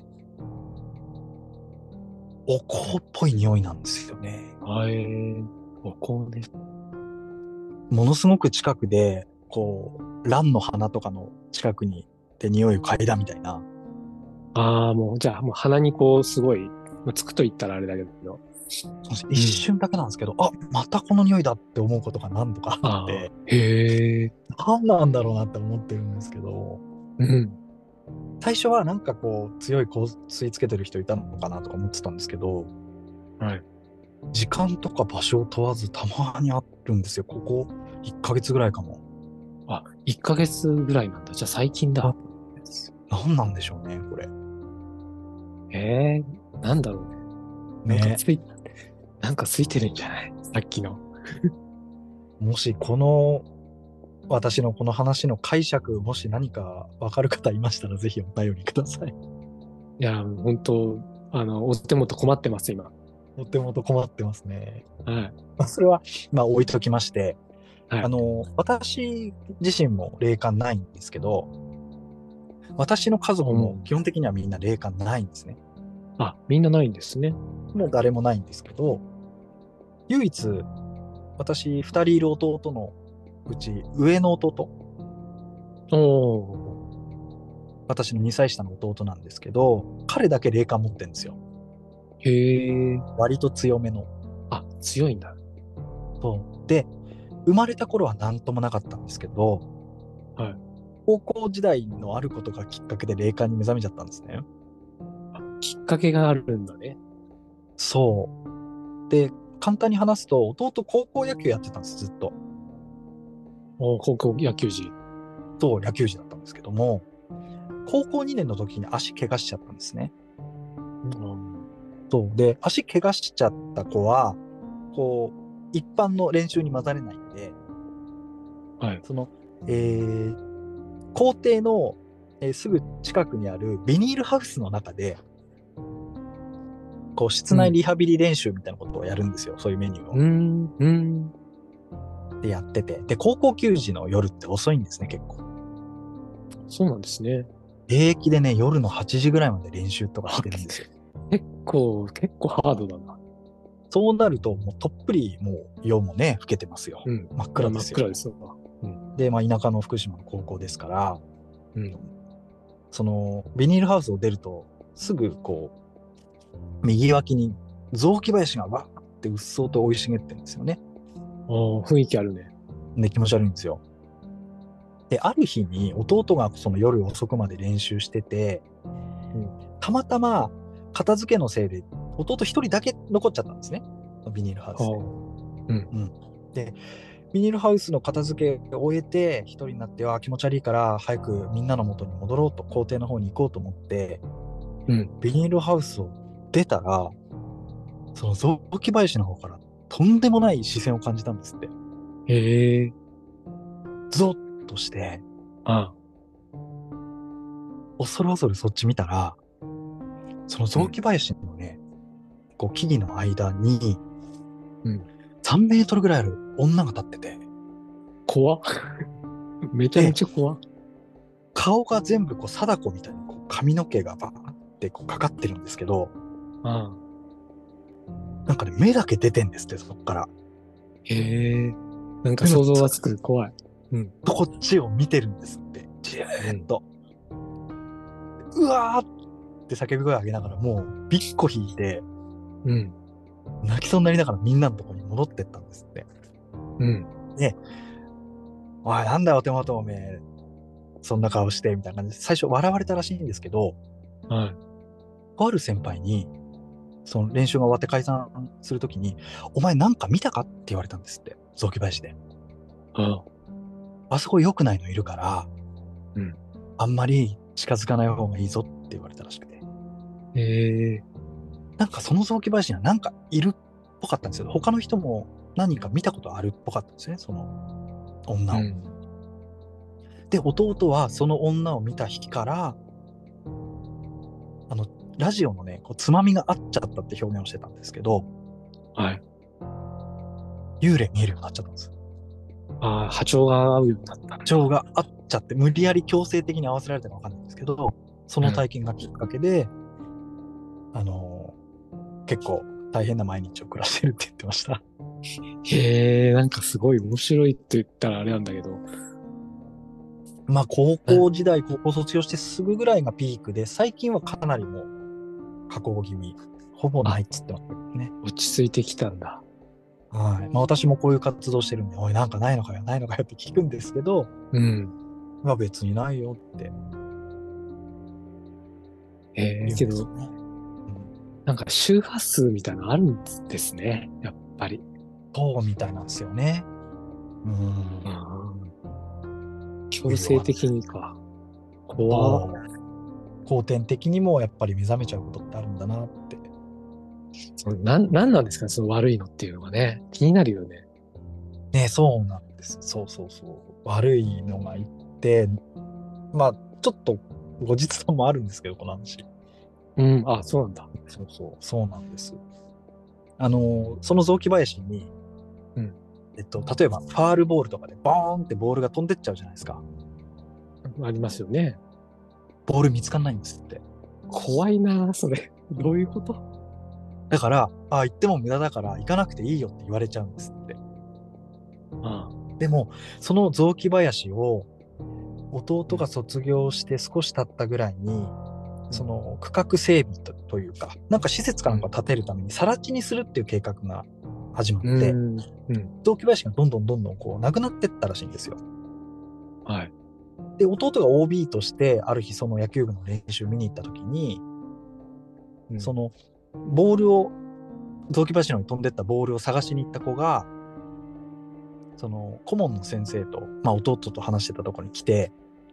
お香っぽい匂いなんですよね。 あえー、お香ね。 ものすごく近くで、こう、蘭の花とかの近くにで匂いを嗅いだみたいな、 ああ、もう、じゃあ、もう鼻にこう、すごい、まあ、つくと言ったらあれだけど。 一うん。 瞬だけなんですけど、あ、またこの匂いだって思うことが何度かあっああ、 て、 へえ。 何なんだろうなって思ってるんですけど、 うん。 最初はなんかこう強い香水つけてる人いたのかなとか思ってたんですけど、 はい。 時間とか場所を問わずたまにあるんですよ。ここいっかげつぐらいかも。 あ、いっかげつぐらいなんだ。じゃあ最近だ。 何なんでしょうね、これ。 ええ、なんだろうね。なんかね。 つい、なんかついてるんじゃないさっきの。 もしこの私のこの話の解釈、もし何かわかる方いましたらぜひお便りください。 いや、本当あの、お手元困ってます、今。 とってもと困ってますね。 はい。 まあそれは、まあ置いときまして、 はい。 あの、私自身も霊感ないんですけど、私の家族もうん。 基本的にはみんな霊感ないんですね。 あ、みんなないんですね。 もう誰もないんですけど、唯一、私二人いる弟のうち、上の弟、 おー。 私のにさい下の弟なんですけど、彼だけ霊感持ってるんですよ。 へえ。 割と強めの。 あ、強いんだ。 そうで、生まれた頃は何ともなかったんですけど、 はい。 高校時代のあることがきっかけで霊感に目覚めちゃったんですね。 あ、きっかけがあるんだね。 そう。で、簡単に話すと、弟高校野球やってたんです、ずっと。 お、高校野球児。 そう、野球児だったんですけども、 高校にねんの時に足怪我しちゃったんですね。 うん。 そうで、足怪我しちゃった子は、こう、一般の練習に混ざれないんで、 はい。 その、えー校庭の、えーすぐ近くにあるビニールハウスの中で、こう、室内リハビリ練習みたいなことをやるんですよ。そういうメニューを。 うん。うん。 で、やってて。で、高校球児の夜って遅いんですね、結構。 そうなんですね。 平気でね、夜のはちじぐらいまで練習とかしあ、 てるんですよ。 結構、結構ハードだな。 そうなると、もうとっぷり、もう夜もね、更けてますよ。 うん。 真っまあ、真っ暗ですよ。 暗ですわ。うん。 で、まあ、田舎の福島の高校ですから、 うん。 その、ビニールハウスを出ると、すぐこう、右脇に雑木林がわーってうっそうと生い茂ってるんですよね。 ああ、雰囲気あるね。 で、気持ち悪いんですよ。で、ある日に弟がその夜遅くまで練習してて、 うん。 たまたま片付けのせいで弟一人だけ残っちゃったんですね。ビニールハウああ。 スで。 うん。 うん。で、ビニールハウスの片付けを終えて一人になっては気持ち悪いから早くみんなの元に戻ろうと校庭の方に行こうと思ってうん。 ビニールハウスを出たらその雑木林の方からとんでもない視線を感じたんですって。 へえ。 ゾッとしてああ。 恐る恐るそっち見たらその雑うん。 木林のねこう木々の間にうん。 さんメートルぐらいある女が立ってて怖っ。めちゃめでちゃ怖っ。 顔が全部こう貞子みたいにこう髪の毛がバーってこうかかってるんですけどああ。 なんかね目だけ出てんですってそっからへえ。なんか目が想像がつずっく。怖い。うん。 とこっちを見てるんですってじうん。 ーっとうわーって叫び声を上げながらもうビッコ引いてうん。 泣きそうになりながらみんなのところに戻ってったんですって。 うん。 で、おいなんだよお手元おめえそんな顔してみたいな感じで最初笑われたらしいんですけどはい。 とある先輩にその練習が終わって解散するときにお前なんか見たかって言われたんですって雑木林でああ。 あそこ良くないのいるからうん。 あんまり近づかない方がいいぞって言われたらしくてへえ。 なんかその雑木林にはなんかいるっぽかったんですよ。他の人も何人か見たことあるっぽかったんですね、その女を。 うん。 で、弟はその女を見た日から、あの、ラジオのね、こうつまみが合っちゃったって表現をしてたんですけど、 はい。 幽霊見えるようになっちゃったんです。 ああ、波長が合うようになったんだ。 情が合っちゃって、無理やり強制的に合わせられたかわかんないんですけど、その体験がきっかけで、あのー結構大変な毎日を暮らしてるって言ってました。 へえ、なんかすごい面白いって言ったらあれなんだけど。 まあ、高うん。 校時代、高校卒業してすぐぐらいがピークで、最近はかなりもう下降気味。ほぼなあ、 いっつってますけどね。 落ち着いてきたんだ。 はい。まあ、私もこういう活動してるんで、おい、なんかないのかよ、ないのかよって聞くんですけど、 うん。 まあ別にないよってへえ、 言うんけど、 ですよね。うん、 なんか周波数みたいなのあるんですね。やっぱり。 そうみたいなんですよね。ううん。 ん。強不制弱です。 的にか。怖っ。 そう。後天的にもやっぱり目覚めちゃうことってあるんだなって。 そのなん、なんなんですかね、その悪いのっていうのがね。気になるよね。 ね、そうなんです。そうそうそう。悪いのがいて、まあ、ちょっと後日談もあるんですけど、この話。 うん。あ、そうなんだ。 そうそう、そうなんです。あの、その雑木林に、 うん。 えっと、例えば、ファールボールとかでボーンってボールが飛んでっちゃうじゃないですか。 ありますよね。 ボール見つかんないんですって。 怖いな、それ。どういうこと？ だから、ああ、行っても無駄だから行かなくていいよって言われちゃうんですって。 あでも、その雑木林を弟が卒業して少し経ったぐらいに、その区画整備とというか、なんか施設かなんかを建てるために更地にするっていう計画が始まっうん。 て、 うん。うん。 雑木林がどんどんどんどんこうなくなってったらしいんですよ。 はい。 で、弟が オービー としてある日その野球部の練習見に行った時に、 うん。 そのボールを、雑木林の方に飛んでったボールを探しに行った子が、その顧問の先生と、まあ弟と話してたところに来て、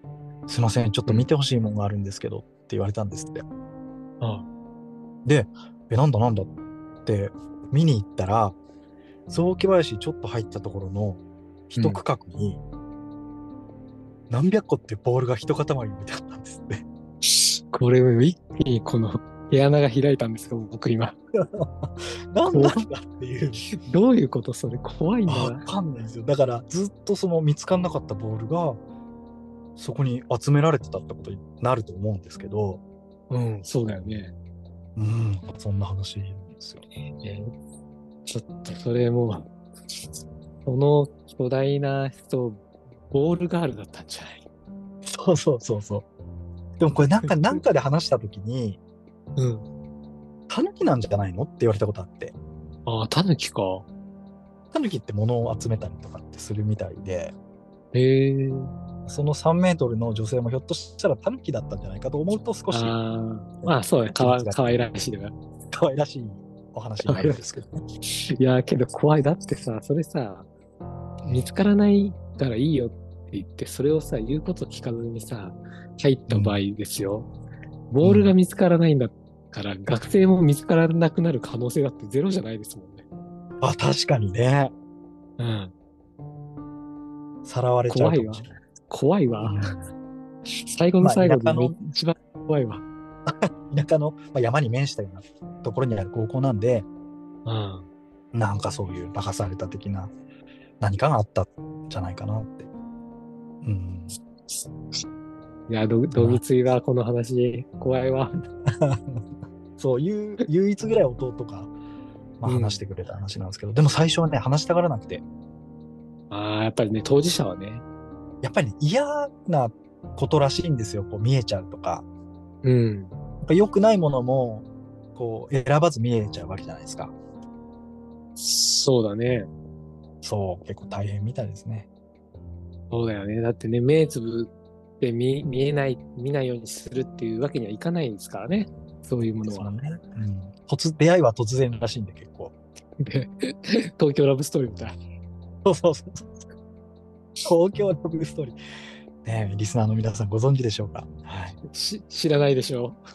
すいません、ちょっと見てほしいものがあるんですけどって言われたんですって。 あで、え、なんだなんだって見に行ったら、雑木林ちょっと入ったところの一区画に何百個ってボールが一塊に置いてあったんですって。 これ一気にこの毛穴が開いたんですか、僕今。 なんなんだっていう。 どういうことそれ怖いんだわな。 かんないんですよ。だからずっとその見つからなかったボールがそこに集められてたってことになると思うんですけど、 うん、そうだよね。 うん、そんな話なんですよ。 えーちょっとそれもう、その巨大な人、ボールガールだったんじゃない？ そうそうそうそう。でもこれなんか、なんかで話したときに、 うん。 タヌキなんじゃないのって言われたことあって、 ああ、タヌキか。 タヌキって物を集めたりとかってするみたいで、 へえ。 そのさんメートルの女性もひょっとしたらタヌキだったんじゃないかと思うと少し、 ああ、まあそうね、かわかわいらしいだから。 可愛らしいお話になるんですけど。 いやーけど怖い。だってさ、それさ、見つからないからいいよって言って、それをさ、言うこと聞かずにさ、入った場合ですよ。ボールが見つからないんだから、学生も見つからなくなる可能性だってゼロじゃないですもんね。 あ、確かにね。 うん。 さらわれちゃう怖いわ。 かもしれない。 怖いわ。 うん、 最後のまあ、 最後でめ田舎の、 一番怖いわ。 田舎の、まあ、山に面したようなところにある高校なんで、 うん。 なんかそういう化かされた的な何かがあったんじゃないかなって。うん。 いや、ど、どぎついわ、この話。怖いわ。 そういう唯一ぐらい弟が、まあ、話してくれた話なんですけど、うん、でも最初はね話したがらなくて、 ああ、やっぱりね、当事者はね。 やっぱり、ね、嫌なことらしいんですよ。こう見えちゃうとか、 うん。 やっぱ良くないものもこう選ばず見えちゃうわけじゃないですか。 そうだね。 そう、結構大変みたいですね。 そうだよね。だってね、目つぶって見、見えない、見ないようにするっていうわけにはいかないですからね。そういうものは。 ね、うん、突出会いは突然らしいんで結構。 で、東京ラブストーリーみたい。 そうそうそうそう。東京ラブストーリー。ねえ、リスナーの皆さんご存知でしょうか。はい。 し知らないでしょ？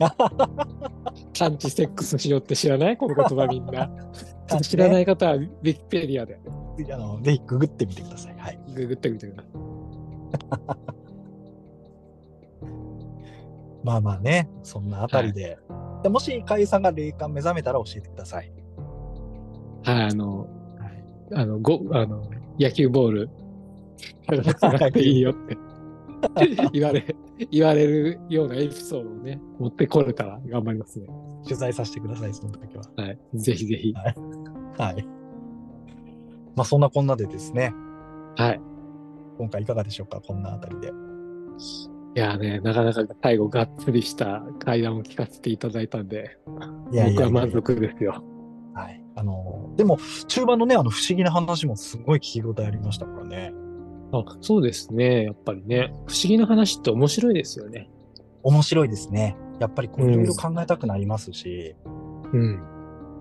感知セックスしようって知らない？この言葉みんな。ちょっと知らない方は、ウィキペディアで。 あのぜひググってみてください。はい。 ググってみてください。 まあまあね、そんなあたりで。はい、でもし、かゆさんが霊感目覚めたら教えてください。 はい、あの、 はい、 あの、ご、あの、野球ボール、使っていいよって言われ、言われるようなエピソードをね、持ってこれたら頑張りますね。 取材させてください、その時は。 はい。ぜひぜひ。 はい。はい。まあ、そんなこんなでですね。 はい。 今回いかがでしょうか、こんなあたりで。 いやね、なかなか最後がっつりした会談を聞かせていただいたんで、 いやいやいやいや、 僕は満足ですよ。 はい。あの、でも、中盤のね、あの、不思議な話もすごい聞き応えありましたからね。 あ、そうですね。やっぱりね、不思議な話って面白いですよね。 面白いですね。やっぱりこう、 うんいろいろ考えたくなりますし、 うん。 うん。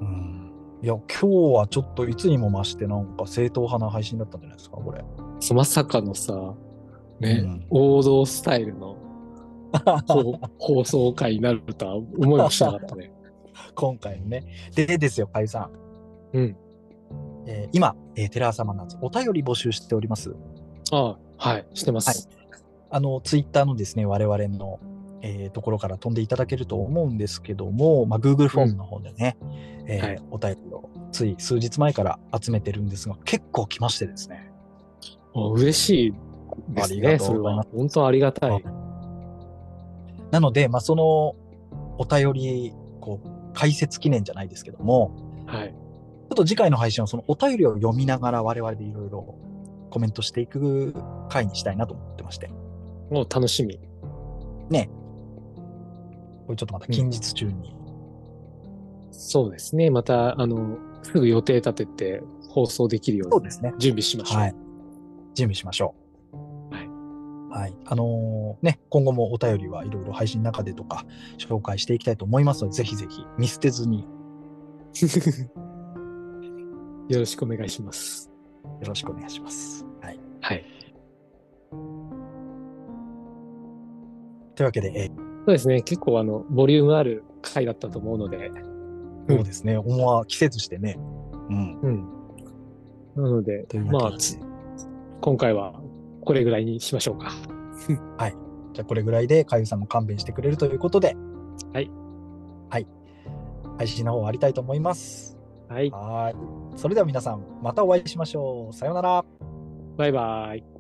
いや、今日はちょっといつにも増してなんか正統派な配信だったんじゃないですか、これ。 まさかのさ、ね、 うん、 王道スタイルの放送回になるとは思いもしなかったね。 今回のね。でですよ、かゆさん。 うん。 えー今、えーテラーサマナーズ、お便り募集しております。 ああ、はい、してまはい。 す。 あの、ツイッターのですね、我々の、えーところから飛んでいただけると思うんですけども、まあ、Google フォームの方でね、えーはいお便りをつい数日前から集めてるんですが、結構来ましてですね。 あ、嬉しいですね、 ありがとそうれは。 ございます。 本当ありがたい。 なので、まあ、そのお便り、こう、解説記念じゃないですけども、 はい。 ちょっと次回の配信はそのお便りを読みながら我々でいろいろコメントしていく回にしたいなと思ってまして。 もう楽しみ。 ね。これちょっとまた近日中に。 そうですね。また、あの、すぐ予定立てて放送できるようにそうですね。 準備しましょう。 はい。準備しましょう。 はい。 はい。あのーね、今後もお便りはいろいろ配信の中でとか紹介していきたいと思いますので、ぜひぜひ見捨てずによろしくお願いします。 よろしくお願いします。はい。 はい。 というわけで、えそうですね。結構あの、ボリュームある回だったと思うので。 そうですね。思わ季節してね。うん。 うん。なので、 というまあ、 わけで、 今回はこれぐらいにしましょうか。 はい。じゃあこれぐらいでかゆさんも勘弁してくれるということで、 はい。 はい。配信の方終わりたいと思います。 はい。 はい。それでは皆さん、またお会いしましょう。さようなら。 バイバイ。